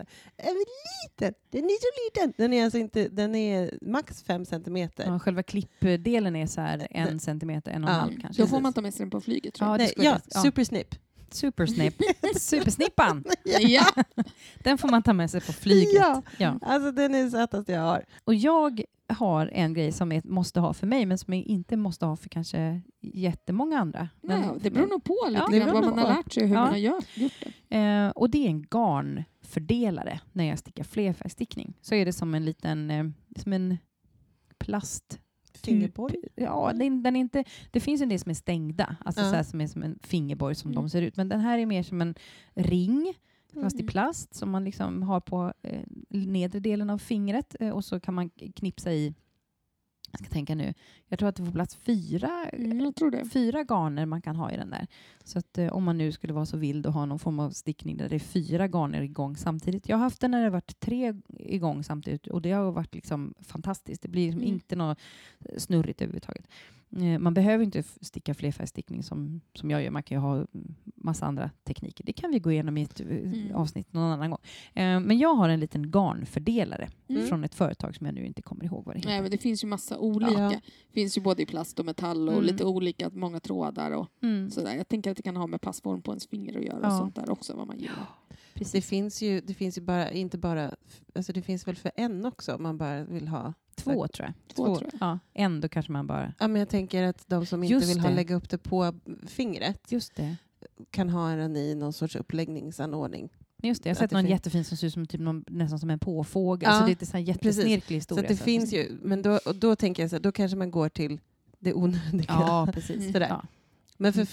Liten. Den är så liten. Den är alltså inte, den är max 5 centimeter. Ja, själva klippdelen är så här 1 centimeter, 1,5 kanske. Då får man ta med sig den på flyget, tror jag. Supersnip. Supersnippan. Ja. Den får man ta med sig på flyget. Ja. Alltså den är sötast jag har. Och jag har en grej som jag måste ha för mig, men som jag inte måste ha för kanske jättemånga andra. Men det beror nog på lite grann vad man har lärt sig och hur man har gjort det. Och det är en garnfördelare när jag stickar flerfärgstickning. Så är det som en liten som en plast fingerborg. Ja, den är inte, det finns en del som är stängda, alltså så här, som är som en fingerborg som de ser ut, men den här är mer som en ring fast i plast som man liksom har på nedre delen av fingret, och så kan man knipsa i, jag ska tänka nu, jag tror att det får plats 4 garner man kan ha i den där. Så att om man nu skulle vara så vild och ha någon form av stickning där det är 4 garner igång samtidigt. Jag har haft den när det har varit 3 igång samtidigt, och det har varit liksom fantastiskt. Det blir liksom inte något snurrigt överhuvudtaget. Man behöver inte sticka flerfärgstickning som jag gör. Man kan ju ha massa andra tekniker. Det kan vi gå igenom i ett avsnitt någon annan gång. Men jag har en liten garnfördelare från ett företag som jag nu inte kommer ihåg vad det heter. Nej, men det finns ju massa olika. Det finns ju både i plast och metall och lite olika, många trådar och sådär. Jag tänker att det kan ha med passform på ens finger att göra och sånt där också, vad man gillar. Precis. Det finns ju bara, inte bara, alltså det finns väl för en också om man bara vill ha 2 tror jag. 2 tror jag. Ja, en då kanske man bara... Ja, men jag tänker att de som inte vill lägga upp det på fingret kan ha den i någon sorts uppläggningsanordning. Just det, jag har sett någon jättefin som ser ut som typ nästan som en påfågel. Så det är inte så här jättesnirklig historia. Så det finns ju, men då tänker jag så här, då kanske man går till det onödiga. Ja, precis. Ja. Men för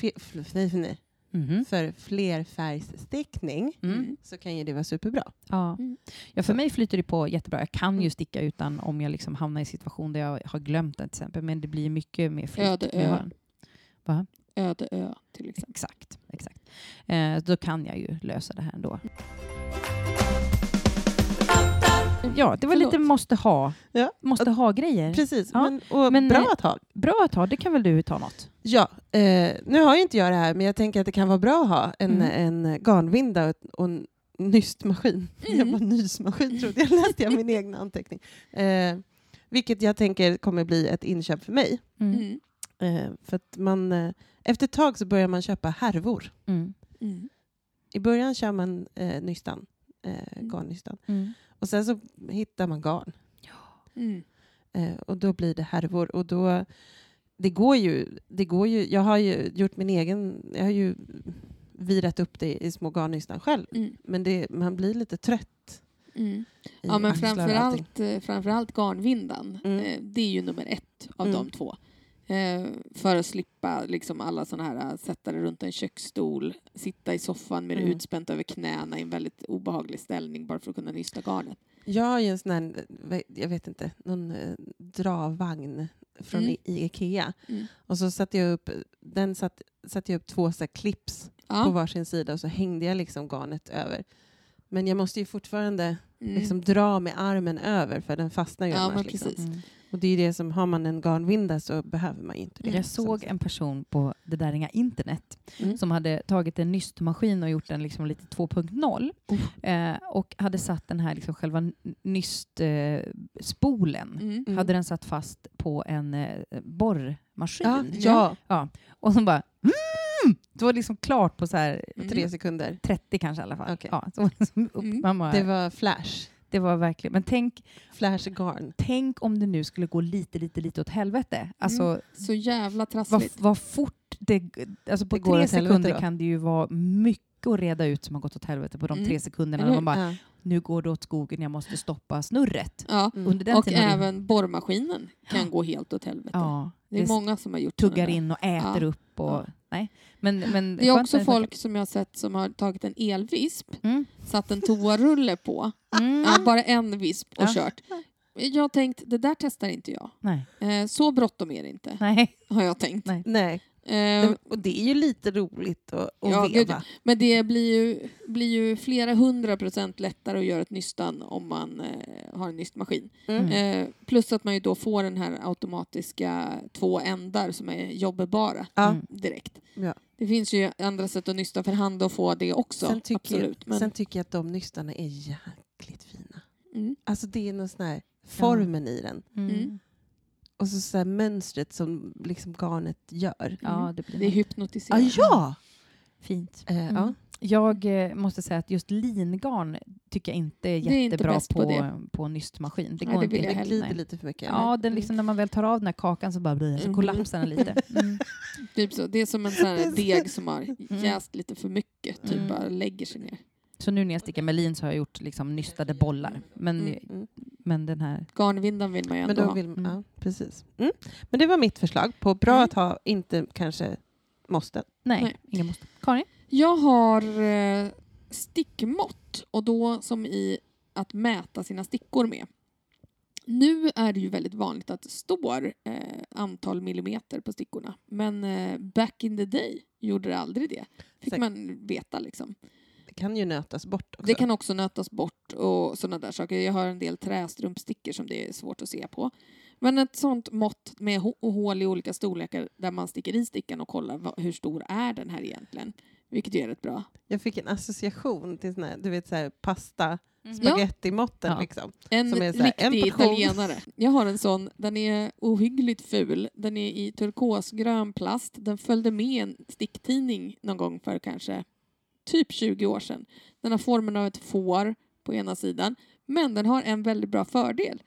flerfärgsstickning så kan ju det vara superbra. Ja. Ja, för mig flyter det på jättebra. Jag kan ju sticka utan om jag liksom hamnar i en situation där jag har glömt det till exempel. Men det blir mycket mer flyt. Öde ö till exempel. Exakt. Då kan jag ju lösa det här ändå. Ja, det var lite måste ha grejer. Precis, ja. men bra att ha. Bra att ha, det kan väl du ta något? Ja, nu har ju inte jag det här, men jag tänker att det kan vara bra att ha en garnvinda och en nystmaskin. Jag var nysmaskin, trodde jag. Läste jag min egen anteckning. Vilket jag tänker kommer bli ett inköp för mig. För att man, efter ett tag så börjar man köpa härvor. I början kör man nystan, garnnystan. Och sen så hittar man garn. Och då blir det härvor. Och då, det går ju, jag har ju gjort jag har ju virat upp det i små garnnystan själv. Men man blir lite trött. Ja, men framförallt garnvindan. Det är ju nummer 1 av de 2. För att slippa liksom alla såna här, sätta det runt en köksstol, sitta i soffan med det utspänt över knäna i en väldigt obehaglig ställning bara för att kunna nysta garnet. Jag har ju en sån här, jag vet inte, någon dravagn från Ikea. Och så satte jag upp, satte jag upp 2 så här clips på varsin sida och så hängde jag liksom garnet över. Men jag måste ju fortfarande liksom dra med armen över för den fastnar ju annars. Liksom. Och det är det som, har man en garnvinda så behöver man inte det. Jag såg en person på Det där inga internet som hade tagit en nystmaskin och gjort den liksom lite 2.0 och hade satt den här liksom själva nystspolen hade den satt fast på en borrmaskin. Ja. Och så bara det var liksom klart på så här 3 sekunder. 30 kanske i alla fall. Okay. Ja, så var det, liksom det var flash. Det var verkligen. Men flash garn. Tänk om det nu skulle gå lite åt helvete. Alltså, så jävla trassligt. Vad fort det, alltså på 3 sekunder kan det ju vara mycket att reda ut som har gått åt helvete på de 3 sekunderna. Man bara, nu går det åt skogen, jag måste stoppa snurret. Under den och även borrmaskinen kan gå helt åt helvete. Ja, det är många som har gjort tuggar in och äter upp. Och, nej. Men det är också folk som jag har sett som har tagit en elvisp, satt en toarulle på, bara en visp och kört. Jag har tänkt, det där testar inte jag. Nej. Så bråttom är det inte. Nej. Har jag tänkt. Nej. Och det är ju lite roligt att veva. Gud, men det blir ju flera 100% lättare att göra ett nystan om man har en nystmaskin. Plus att man ju då får den här automatiska 2 ändar som är jobbbara direkt. Ja. Det finns ju andra sätt att nysta för hand och få det också. Sen tycker jag att de nystarna är jäkligt fina. Alltså det är någon sån här formen i den. Och så här mönstret som liksom garnet gör. Ja, det är hypnotiserande. Ja! Fint. Jag måste säga att just lingarn tycker jag inte är jättebra på nystmaskin. Det går inte. Det glider lite för mycket. Ja, den liksom, när man väl tar av den här kakan så bara blir så kollapsar den lite. Typ så. Det är som en sån här deg som har jäst lite för mycket. Typ bara lägger sig ner. Så nu när jag stickar med lin så har jag gjort liksom nystade bollar. Men den här... Garnvindan vill man ju ändå ha. Ja, precis. Men det var mitt förslag på bra att ha, inte kanske måste. Nej. Ingen måste. Karin? Jag har stickmått och då som i att mäta sina stickor med. Nu är det ju väldigt vanligt att det står antal millimeter på stickorna. Men back in the day gjorde det aldrig det. Fick man veta liksom. Det kan ju nötas bort också. Det kan också nötas bort och sådana där saker. Jag har en del trästrumpstickor som det är svårt att se på. Men ett sånt mått med hål i olika storlekar där man sticker i stickan och kollar hur stor är den här egentligen. Vilket är rätt bra. Jag fick en association till sån här, du vet så här pasta spagetti-måtten liksom. En som är så här, riktig italienare. Jag har en sån, den är ohyggligt ful. Den är i turkosgrön plast. Den följde med en sticktidning någon gång för kanske typ 20 år sedan. Den har formen av ett får på ena sidan. Men den har en väldigt bra fördel.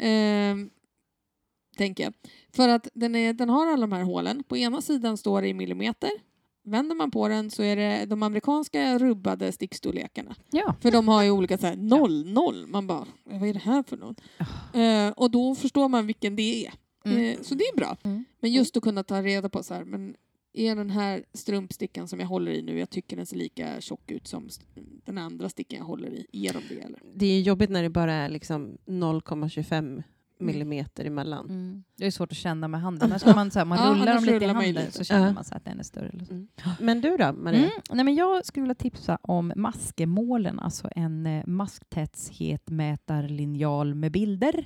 Tänker jag. För att den har alla de här hålen. På ena sidan står det i millimeter. Vänder man på den så är det de amerikanska rubbade stickstorlekarna. Ja. För de har ju olika så här 0. Man bara, vad är det här för något? Och då förstår man vilken det är. Så det är bra. Men just att kunna ta reda på så här, men är den här strumpstickan som jag håller i nu, jag tycker den ser lika tjock ut som den andra stickan jag håller i. Är de det eller? Det är jobbigt när det bara är liksom 0,25 millimeter emellan. Det är svårt att känna med handen. När man, så här, man rullar dem lite i handen så känner man så att den är större. Eller så. Men du då, Maria? Nej, men jag skulle vilja tipsa om maskemålen, alltså en masktäthetsmätarlinjal med bilder.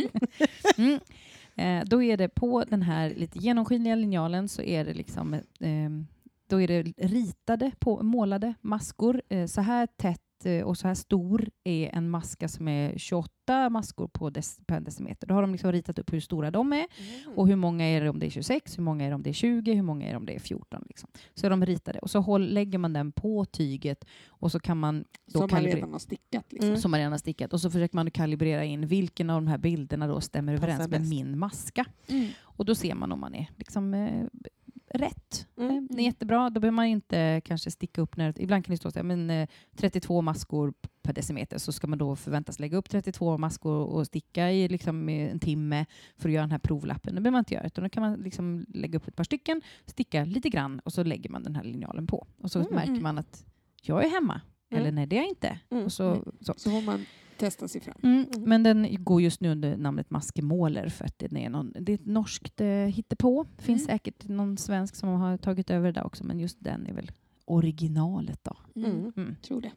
Då är det på den här lite genomskinliga linjalen så är det liksom då är det ritade, målade maskor. Så här tätt och så här stor är en maska som är 28 maskor per decimeter. Då har de liksom ritat upp hur stora de är och hur många är det om det är 26, hur många är det om det är 20, hur många är det om det är 14. Liksom. Så de ritade och så lägger man den på tyget och så kan man då som man redan har stickat. Liksom. Som man redan har stickat och så försöker man kalibrera in vilken av de här bilderna då stämmer överens med min maska. Och då ser man om man är liksom rätt. Det är jättebra. Då behöver man inte kanske sticka upp ibland kan det stå så här, men 32 maskor per decimeter, så ska man då förväntas lägga upp 32 maskor och sticka i liksom en timme för att göra den här provlappen. Det behöver man inte göra, utan då kan man liksom lägga upp ett par stycken, sticka lite grann och så lägger man den här linjalen på. Och så märker man att jag är hemma. Eller nej, det är jag inte. Och så får man testa sig fram. Men den går just nu under namnet Maskemåler för att det är ett norskt hittepå. Det finns säkert någon svensk som har tagit över det där också, men just den är väl originalet då. Tror det.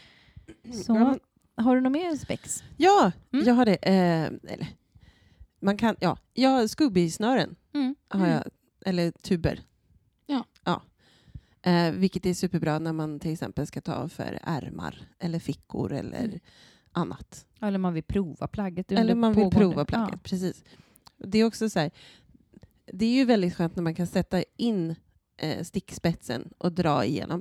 Så, har du något mer spex? Ja, jag har det. Eller, man kan, ja, Scooby-snören har jag, eller tuber. Ja. Vilket är superbra när man till exempel ska ta för ärmar eller fickor eller annat. Eller man vill prova plagget. Precis. Det är också så här, det är ju väldigt skönt när man kan sätta in stickspetsen och dra igenom.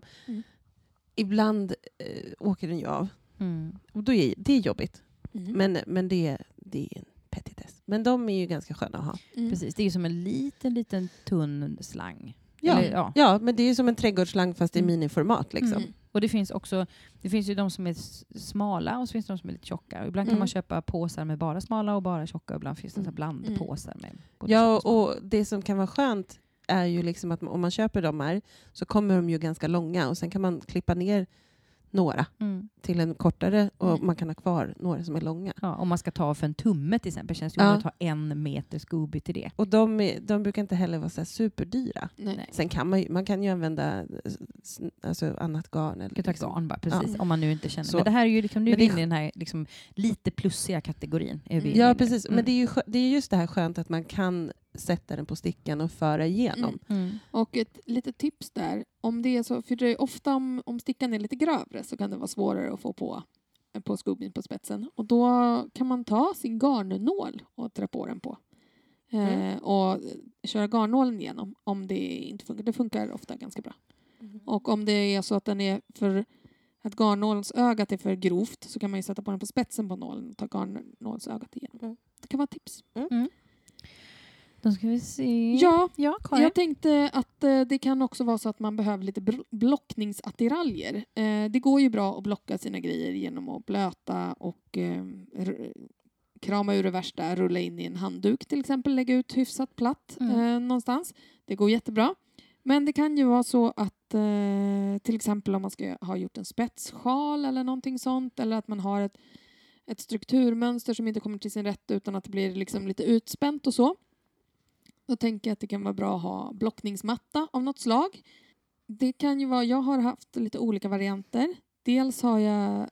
Ibland åker den ju av. Och då är det jobbigt. Men det är en petitess. Men de är ju ganska sköna att ha. Precis, det är ju som en liten tunn slang. Ja, men det är ju som en trädgårdsslang fast i miniformat liksom. Och det finns ju de som är smala och så finns det de som är lite tjocka. Och ibland kan man köpa påsar med bara smala och bara tjocka. Och ibland finns det blandpåsar med både ja, och det som kan vara skönt är ju liksom att om man köper de här så kommer de ju ganska långa och sen kan man klippa ner några till en kortare och man kan ha kvar några som är långa. Ja, om man ska ta för en tumme till exempel känns det ju att ta 1 meter Scooby till det. Och de brukar inte heller vara så här superdyra. Nej. Sen kan man kan ju använda alltså annat garn. Eller liksom. Garn bara, precis. Om man nu inte känner. Så. Men det här är ju liksom, nu är vi inne i den här liksom, lite plussiga kategorin. Ja, precis. Men det är just det här skönt att man kan sätta den på stickan och föra igenom. Och ett litet tips där, om det är så, för det är ofta om stickan är lite grövre så kan det vara svårare att få på Scoobyn på spetsen. Och då kan man ta sin garnnål och trä på den på. Och köra garnnålen igenom om det inte funkar. Det funkar ofta ganska bra. Och om det är så att den är att garnnålsögat är för grovt så kan man ju sätta på den på spetsen på nålen och ta garnnålsögat igenom. Det kan vara ett tips. Då ska vi se. Ja, Karin. jag tänkte att det kan också vara så att man behöver lite blockningsattiraljer. Det går ju bra att blocka sina grejer genom att blöta och krama ur det värsta, rulla in i en handduk till exempel, lägga ut hyfsat platt någonstans. Det går jättebra. Men det kan ju vara så att till exempel om man ska ha gjort en spetssjal eller någonting sånt, eller att man har ett strukturmönster som inte kommer till sin rätt utan att det blir liksom lite utspänt och så. Då tänker jag att det kan vara bra att ha blockningsmatta av något slag. Det kan ju vara, jag har haft lite olika varianter. Dels har jag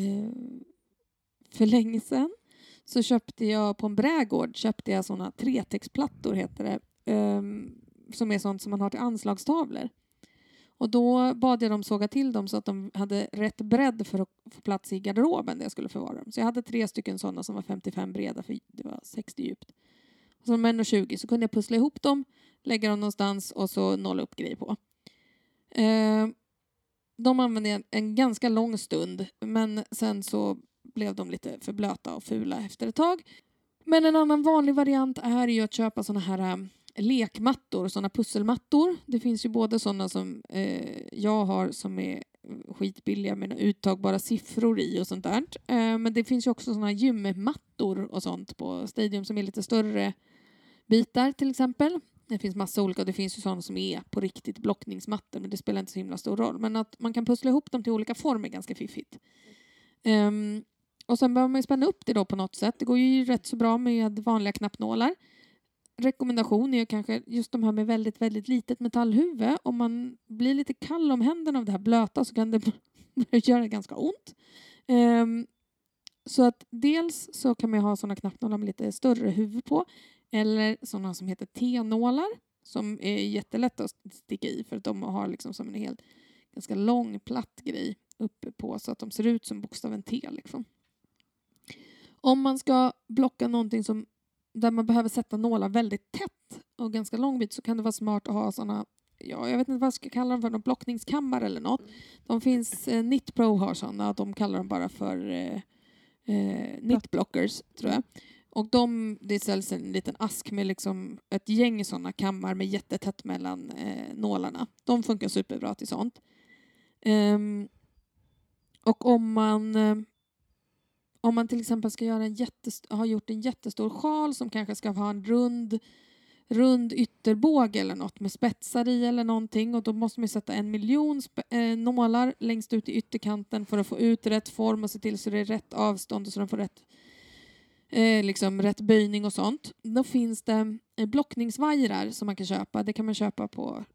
för länge sedan så köpte jag på en brädgård sådana 3-textplattor heter det. Som är sånt som man har till anslagstavlor. Och då bad jag dem såga till dem så att de hade rätt bredd för att få plats i garderoben där jag skulle förvara dem. Så jag hade 3 stycken sådana som var 55 breda för det var 60 djupt. Och som 1,20 så kunde jag pussla ihop dem, lägga dem någonstans och så nolla upp grejer på. De använde jag en ganska lång stund, men sen så blev de lite för blöta och fula efter ett tag. Men en annan vanlig variant är ju att köpa såna här lekmattor, såna pusselmattor. Det finns ju både såna som jag har som är skitbilliga med uttagbara siffror i och sånt där. Men det finns ju också såna gymmattor och sånt på Stadium som är lite större bitar till exempel. Det finns massa olika, det finns ju sådana som är på riktigt blockningsmattor, men det spelar inte så himla stor roll. Men att man kan pussla ihop dem till olika former är ganska fiffigt. Och sen behöver man ju spänna upp det då på något sätt. Det går ju rätt så bra med vanliga knappnålar. Rekommendation är kanske just de här med väldigt, väldigt litet metallhuvud. Om man blir lite kall om händerna av det här blöta så kan det göra ganska ont. Så att dels så kan man ha sådana knappnålar med lite större huvud på. Eller sådana som heter T-nålar som är jättelätta att sticka i för att de har liksom som en helt ganska lång platt grej. uppe på så att de ser ut som bokstaven T. Liksom. Om man ska blocka någonting där man behöver sätta nålar väldigt tätt och ganska lång bit så kan det vara smart att ha sådana, jag vet inte vad jag ska kalla dem för, någon blockningskammare eller något. De finns, Knitpro har sådana, de kallar dem bara för knitblockers tror jag. Och det säljs en liten ask med liksom ett gäng sådana kammar med jättetätt mellan nålarna. De funkar superbra till sånt. Och om man till exempel ska göra har gjort en jättestor sjal som kanske ska ha en rund ytterbåge eller något med spetsar i eller någonting, och då måste man sätta 1 miljon nålar längst ut i ytterkanten för att få ut rätt form och se till så det är rätt avstånd och så de får rätt böjning och sånt. Då finns det blockningsvajrar som man kan köpa. Det kan man köpa på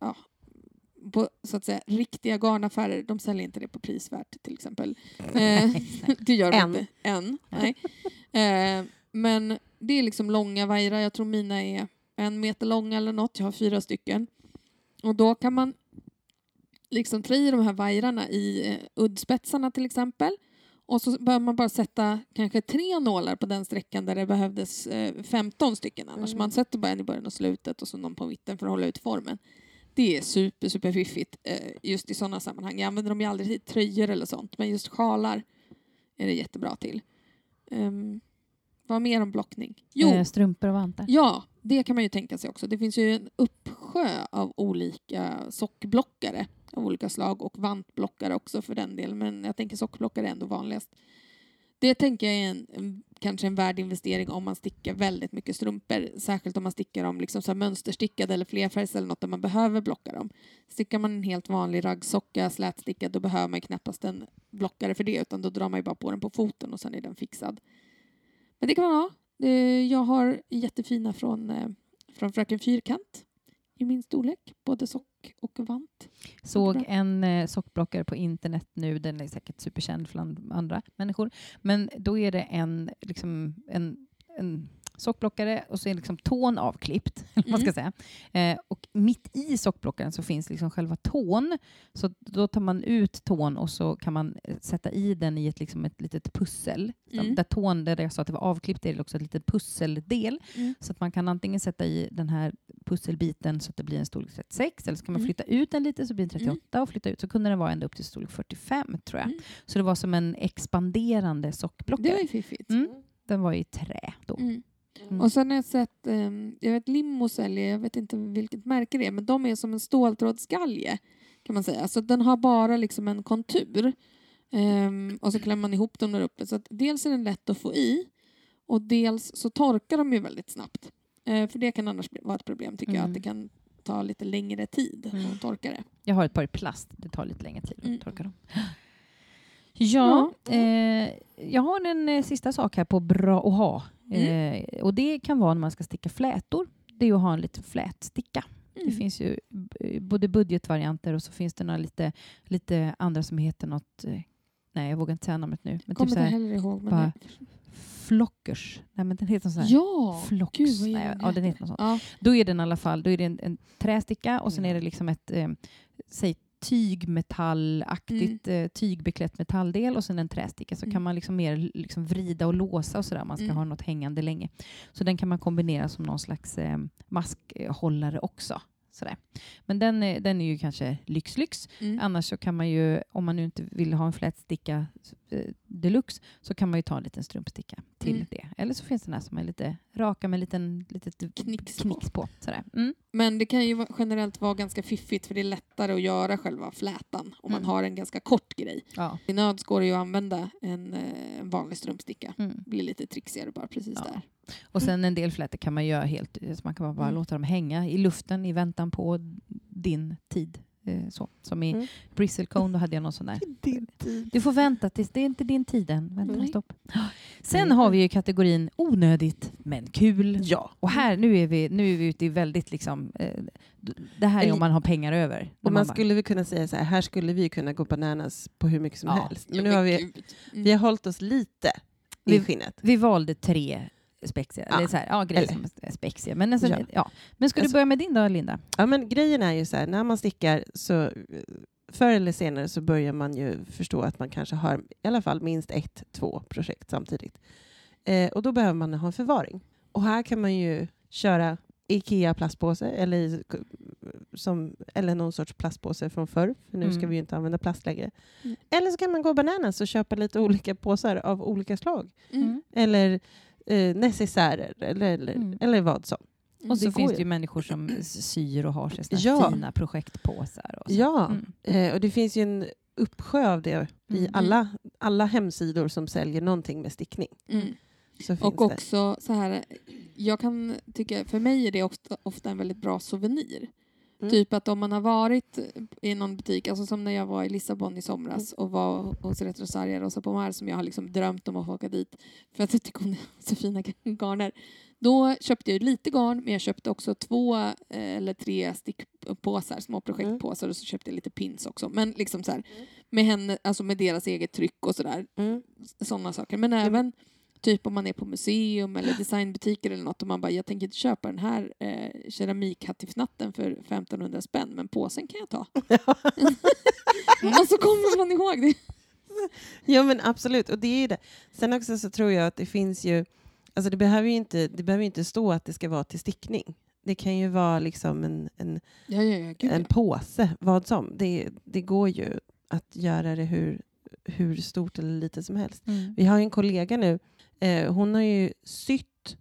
så att säga riktiga garnaffärer. De säljer inte det på prisvärt till exempel. Det gör de inte än. Nej. Men det är liksom långa vajrar. Jag tror mina är 1 meter långa eller något. Jag har 4 stycken. Och då kan man liksom trä i de här vajrarna i uddspetsarna till exempel. Och så behöver man bara sätta kanske 3 nålar på den sträckan där det behövdes 15 stycken. Annars man sätter bara en i början och slutet och så någon på mitten för att hålla ut formen. Det är super fiffigt just i sådana sammanhang. Jag använder dem ju aldrig i tröjor eller sånt. Men just sjalar är det jättebra till. Vad mer om blockning? Strumpor och vantar. Ja, det kan man ju tänka sig också. Det finns ju en uppsjö av olika sockblockare av olika slag och vantblockare också för den delen. Men jag tänker sockblockare är ändå vanligast. Det tänker jag är kanske en värd investering om man stickar väldigt mycket strumpor. Särskilt om man stickar dem liksom så här mönsterstickade eller flerfärgs eller något där man behöver blocka dem. Stickar man en helt vanlig raggsocka slätstickad, då behöver man knappast en blockare för det, utan då drar man ju bara på den på foten och sen är den fixad. Men det kan man ha. Jag har jättefina från Fröken Fyrkant i min storlek. Både sock och vant. Såg en sockblockare på internet nu. Den är säkert superkänd bland andra människor. Men då är det en sockblockare och så är liksom tån avklippt. Man ska säga. Och mitt i sockblockaren så finns liksom själva tån. Så då tar man ut tån och så kan man sätta i den i ett litet pussel. Där tån, där jag sa att det var avklippt, är det också ett litet pusseldel. Så att man kan antingen sätta i den här pusselbiten så att det blir en storlek 36, eller så kan man flytta ut den lite så blir det 38 och flytta ut så kunde den vara ända upp till storlek 45 tror jag. Så det var som en expanderande sockblockare. Det var ju fiffigt. Den var i trä då. Och sen har jag sett, jag vet Limmo säljer, jag vet inte vilket märke det är, men de är som en ståltrådsgalge kan man säga. Så den har bara liksom en kontur. Och så klämmer man ihop dem där uppe. Så att dels är den lätt att få i och dels så torkar de ju väldigt snabbt. För det kan annars vara ett problem tycker jag, att det kan ta lite längre tid att torka det. Jag har ett par i plast, det tar lite längre tid att torka dem. Ja, jag har en sista sak här på bra att ha. Och det kan vara när man ska sticka flätor. Det är att ha en liten flätsticka. Det finns ju både budgetvarianter och så finns det några lite andra som heter något. Nej, jag vågar inte säga namnet nu. Men kommer typ så här, inte heller ihåg. Men Flockers. Nej, men den heter så här. Ja, Flockers. Nej, ja, den heter något sånt. Ja. Då är den i alla fall, då är det en trästicka och sen är det liksom ett tygmetallaktigt tygbeklätt metalldel och sen en trästicka, så kan man liksom mer liksom vrida och låsa och sådär. Man ska ha något hängande länge. Så den kan man kombinera som någon slags maskhållare också. Sådär. Men den är ju kanske lyx. Annars så kan man ju, om man nu inte vill ha en flätsticka deluxe, så kan man ju ta en liten strumpsticka till det. Eller så finns den här som är lite raka med litet knix på. Sådär. Men det kan ju generellt vara ganska fiffigt, för det är lättare att göra själva flätan om man har en ganska kort grej. Ja. I nöd går det ju att använda en vanlig strumpsticka. Det blir lite trixigare bara precis där. Och sen en del flätor kan man göra helt, så man kan bara låta dem hänga i luften i väntan på din tid. Så. Som i Bristlecone, då hade jag någon sån där. Din tid. Du får vänta tills det är inte din tid än. Vänta, stopp. Sen har vi ju kategorin onödigt men kul. Ja. Och här, nu är vi ute i väldigt liksom, det här är om man har pengar över. Och man skulle väl kunna säga så här skulle vi kunna gå bananas på hur mycket som helst. Men nu har vi har hållit oss lite i skinnet. Vi valde 3 spexiga. Eller så här, grejer som är spexiga. Men, alltså, men ska du börja med din då, Linda? Ja, men grejen är ju så här, när man stickar så förr eller senare så börjar man ju förstå att man kanske har i alla fall minst 1-2 projekt samtidigt. Och då behöver man ha en förvaring. Och här kan man ju köra IKEA-plastpåse eller någon sorts plastpåse från förr. För nu ska vi ju inte använda plast längre. Eller så kan man gå bananas och köpa lite olika påsar av olika slag. Eller necessärer eller vad som. Och så finns det ju människor som syr och har sig fina projektpåsar. Och så. Och det finns ju en uppsjö av det i alla hemsidor som säljer någonting med stickning. Så och också så här, jag kan tycka, för mig är det ofta en väldigt bra souvenir. Typ att om man har varit i någon butik, alltså som när jag var i Lissabon i somras och var hos Retrosaria Rosa Pomar, som jag har liksom drömt om att åka dit för att jag tycker hon är så fina garner. Då köpte jag lite garn, men jag köpte också 2 eller 3 stickpåsar, små projektpåsar, och så köpte jag lite pins också. Men liksom så här, med henne, alltså med deras eget tryck och sådär. Sådana saker. Men även typ om man är på museum eller designbutiker eller något och man bara, jag tänker inte köpa den här keramikhattifnatten för 1500 spänn, men påsen kan jag ta. Och så kommer man ihåg det. Ja, men absolut. Och det är det. Sen också så tror jag att det finns ju, alltså det behöver ju inte stå att det ska vara till stickning. Det kan ju vara liksom en påse, vad som. Det går ju att göra det hur stort eller litet som helst. Vi har en kollega nu, hon har ju sytt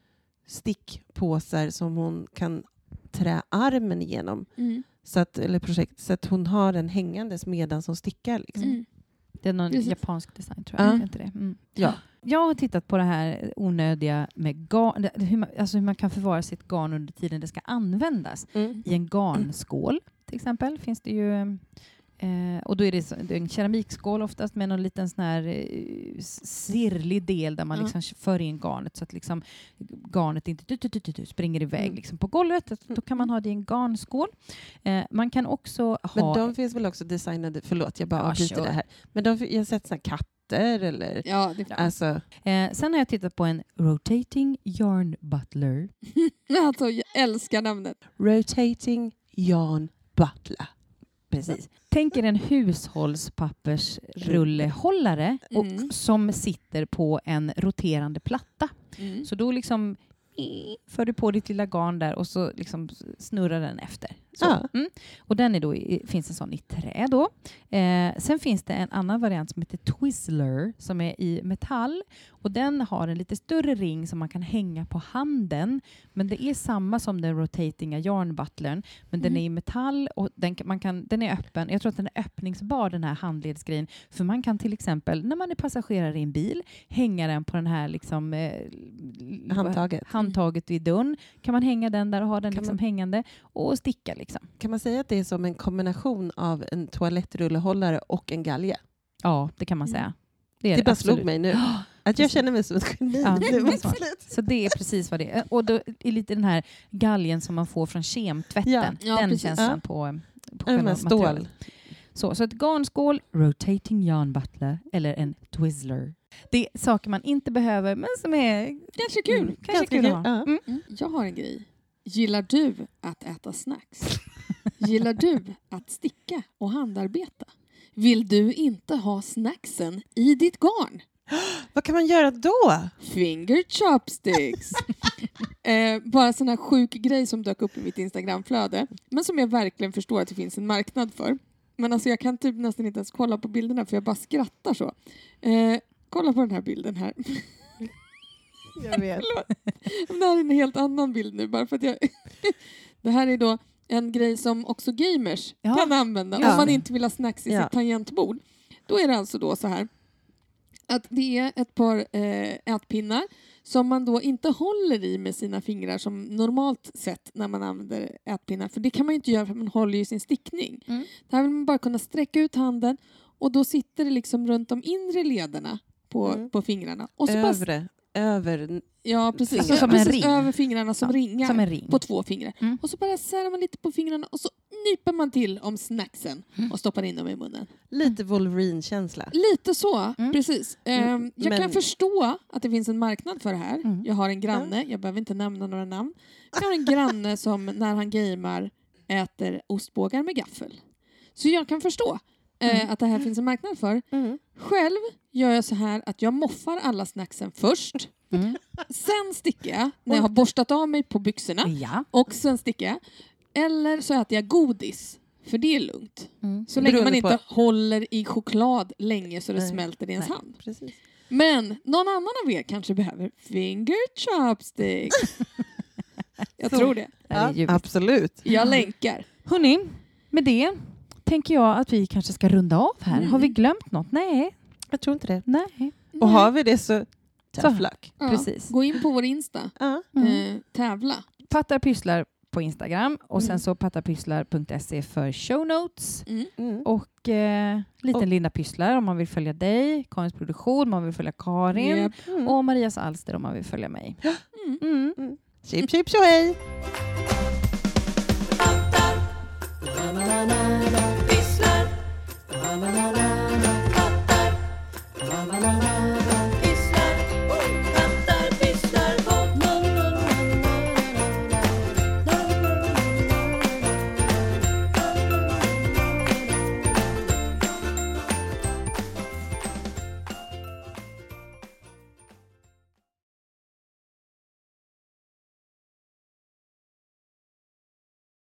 stickpåsar som hon kan trä armen igenom. Så att hon har den hängandes medan som stickar. Liksom. Det är någon japansk design, tror jag. Inte det? Ja. Jag har tittat på det här onödiga med garn, hur man kan förvara sitt garn under tiden det ska användas. I en garnskål till exempel finns det ju. Och då är det en keramikskål oftast med någon liten sån här sirlig del där man liksom för in garnet så att liksom garnet inte springer iväg liksom på golvet. Då kan man ha det i en garnskål. Man kan också ha... Men de finns väl också designade, förlåt jag bara avbryter det här. Men jag har sett såna katter eller... Ja, det är alltså. Sen har jag tittat på en Rotating Yarn Butler. Alltså, jag älskar namnet. Rotating Yarn Butler. Precis. Tänk er en hushållspappersrullehållare som sitter på en roterande platta. Så då liksom för du på ditt lilla garn där och så liksom snurrar den efter. Så. Och den är då finns en sån i trä då. Sen finns det en annan variant som heter Twizzler som är i metall. Och den har en lite större ring som man kan hänga på handen. Men det är samma som den Rotating Yarn Butlern. Men den är i metall och den är öppen. Jag tror att den är öppningsbar, den här handledsgrejen. För man kan till exempel, när man är passagerare i en bil, hänga den på den här liksom, handtaget vid dörren. Kan man hänga den där och ha den liksom hängande och sticka liksom. Kan man säga att det är som en kombination av en toalettrullehållare och en galge? Ja, det kan man säga. Det bara slog mig nu. Att jag känner mig som ett geni. Så det är precis vad det är. Och då är lite den här galgen som man får från kemtvätten. Den känslan på själva materialet. Så ett garnskål, Rotating Yarn Butler eller en Twizzler. Det är saker man inte behöver men som är ganska kul. Kanske kul att ha. Jag har en grej. Gillar du att äta snacks? Gillar du att sticka och handarbeta? Vill du inte ha snacksen i ditt garn? Vad kan man göra då? Finger chopsticks. Bara sån här sjuk grej som dök upp i mitt Instagramflöde. Men som jag verkligen förstår att det finns en marknad för. Men alltså jag kan typ nästan inte ens kolla på bilderna för jag bara skrattar så. Kolla på den här bilden här. Jag vet. Det här är en helt annan bild nu. Bara för att det här är då en grej som också gamers kan använda. Om man inte vill ha snacks i sitt tangentbord. Då är det alltså då så här. Att det är ett par ätpinnar som man då inte håller i med sina fingrar som normalt sett när man använder ätpinnar. För det kan man ju inte göra för man håller ju sin stickning. Där vill man bara kunna sträcka ut handen och då sitter det liksom runt de inre lederna på fingrarna. Och så över ja, precis. Alltså som precis en ring. Över fingrarna som ringar som en ring. På 2 fingrar. Och så bara särar man lite på fingrarna och så nyper man till om snacksen och stoppar in dem i munnen. Lite Wolverine-känsla. Lite så, precis. Jag kan förstå att det finns en marknad för det här. Jag har en granne, jag behöver inte nämna några namn. Jag har en granne som när han gamer äter ostbågar med gaffel. Så jag kan förstå att det här finns en marknad för. Själv gör jag så här att jag moffar alla snacksen först. Sen sticker jag när jag har borstat av mig på byxorna. Ja. Och sen sticker jag. Eller så äter jag godis. För det är lugnt. Så länge Beroende man inte på- håller i choklad länge så det smälter i ens hand. Precis. Men någon annan av er kanske behöver finger chopstick. Jag tror det. Det är ljuvligt. Absolut. Jag länkar. Hörrni, med det tänker jag att vi kanske ska runda av här. Har vi glömt något? Nej. Jag tror inte det. Nej. Och har vi det så tough luck. Ja, Precis. Gå in på vår Insta. Ja. Tävla. Pattar pysslar på Instagram och sen så pattarpysslar.se för show notes. Och liten Linda Pysslar om man vill följa dig, Karins produktion om man vill följa Karin Japp. och Marias alster om man vill följa mig. Chip, chip, hej!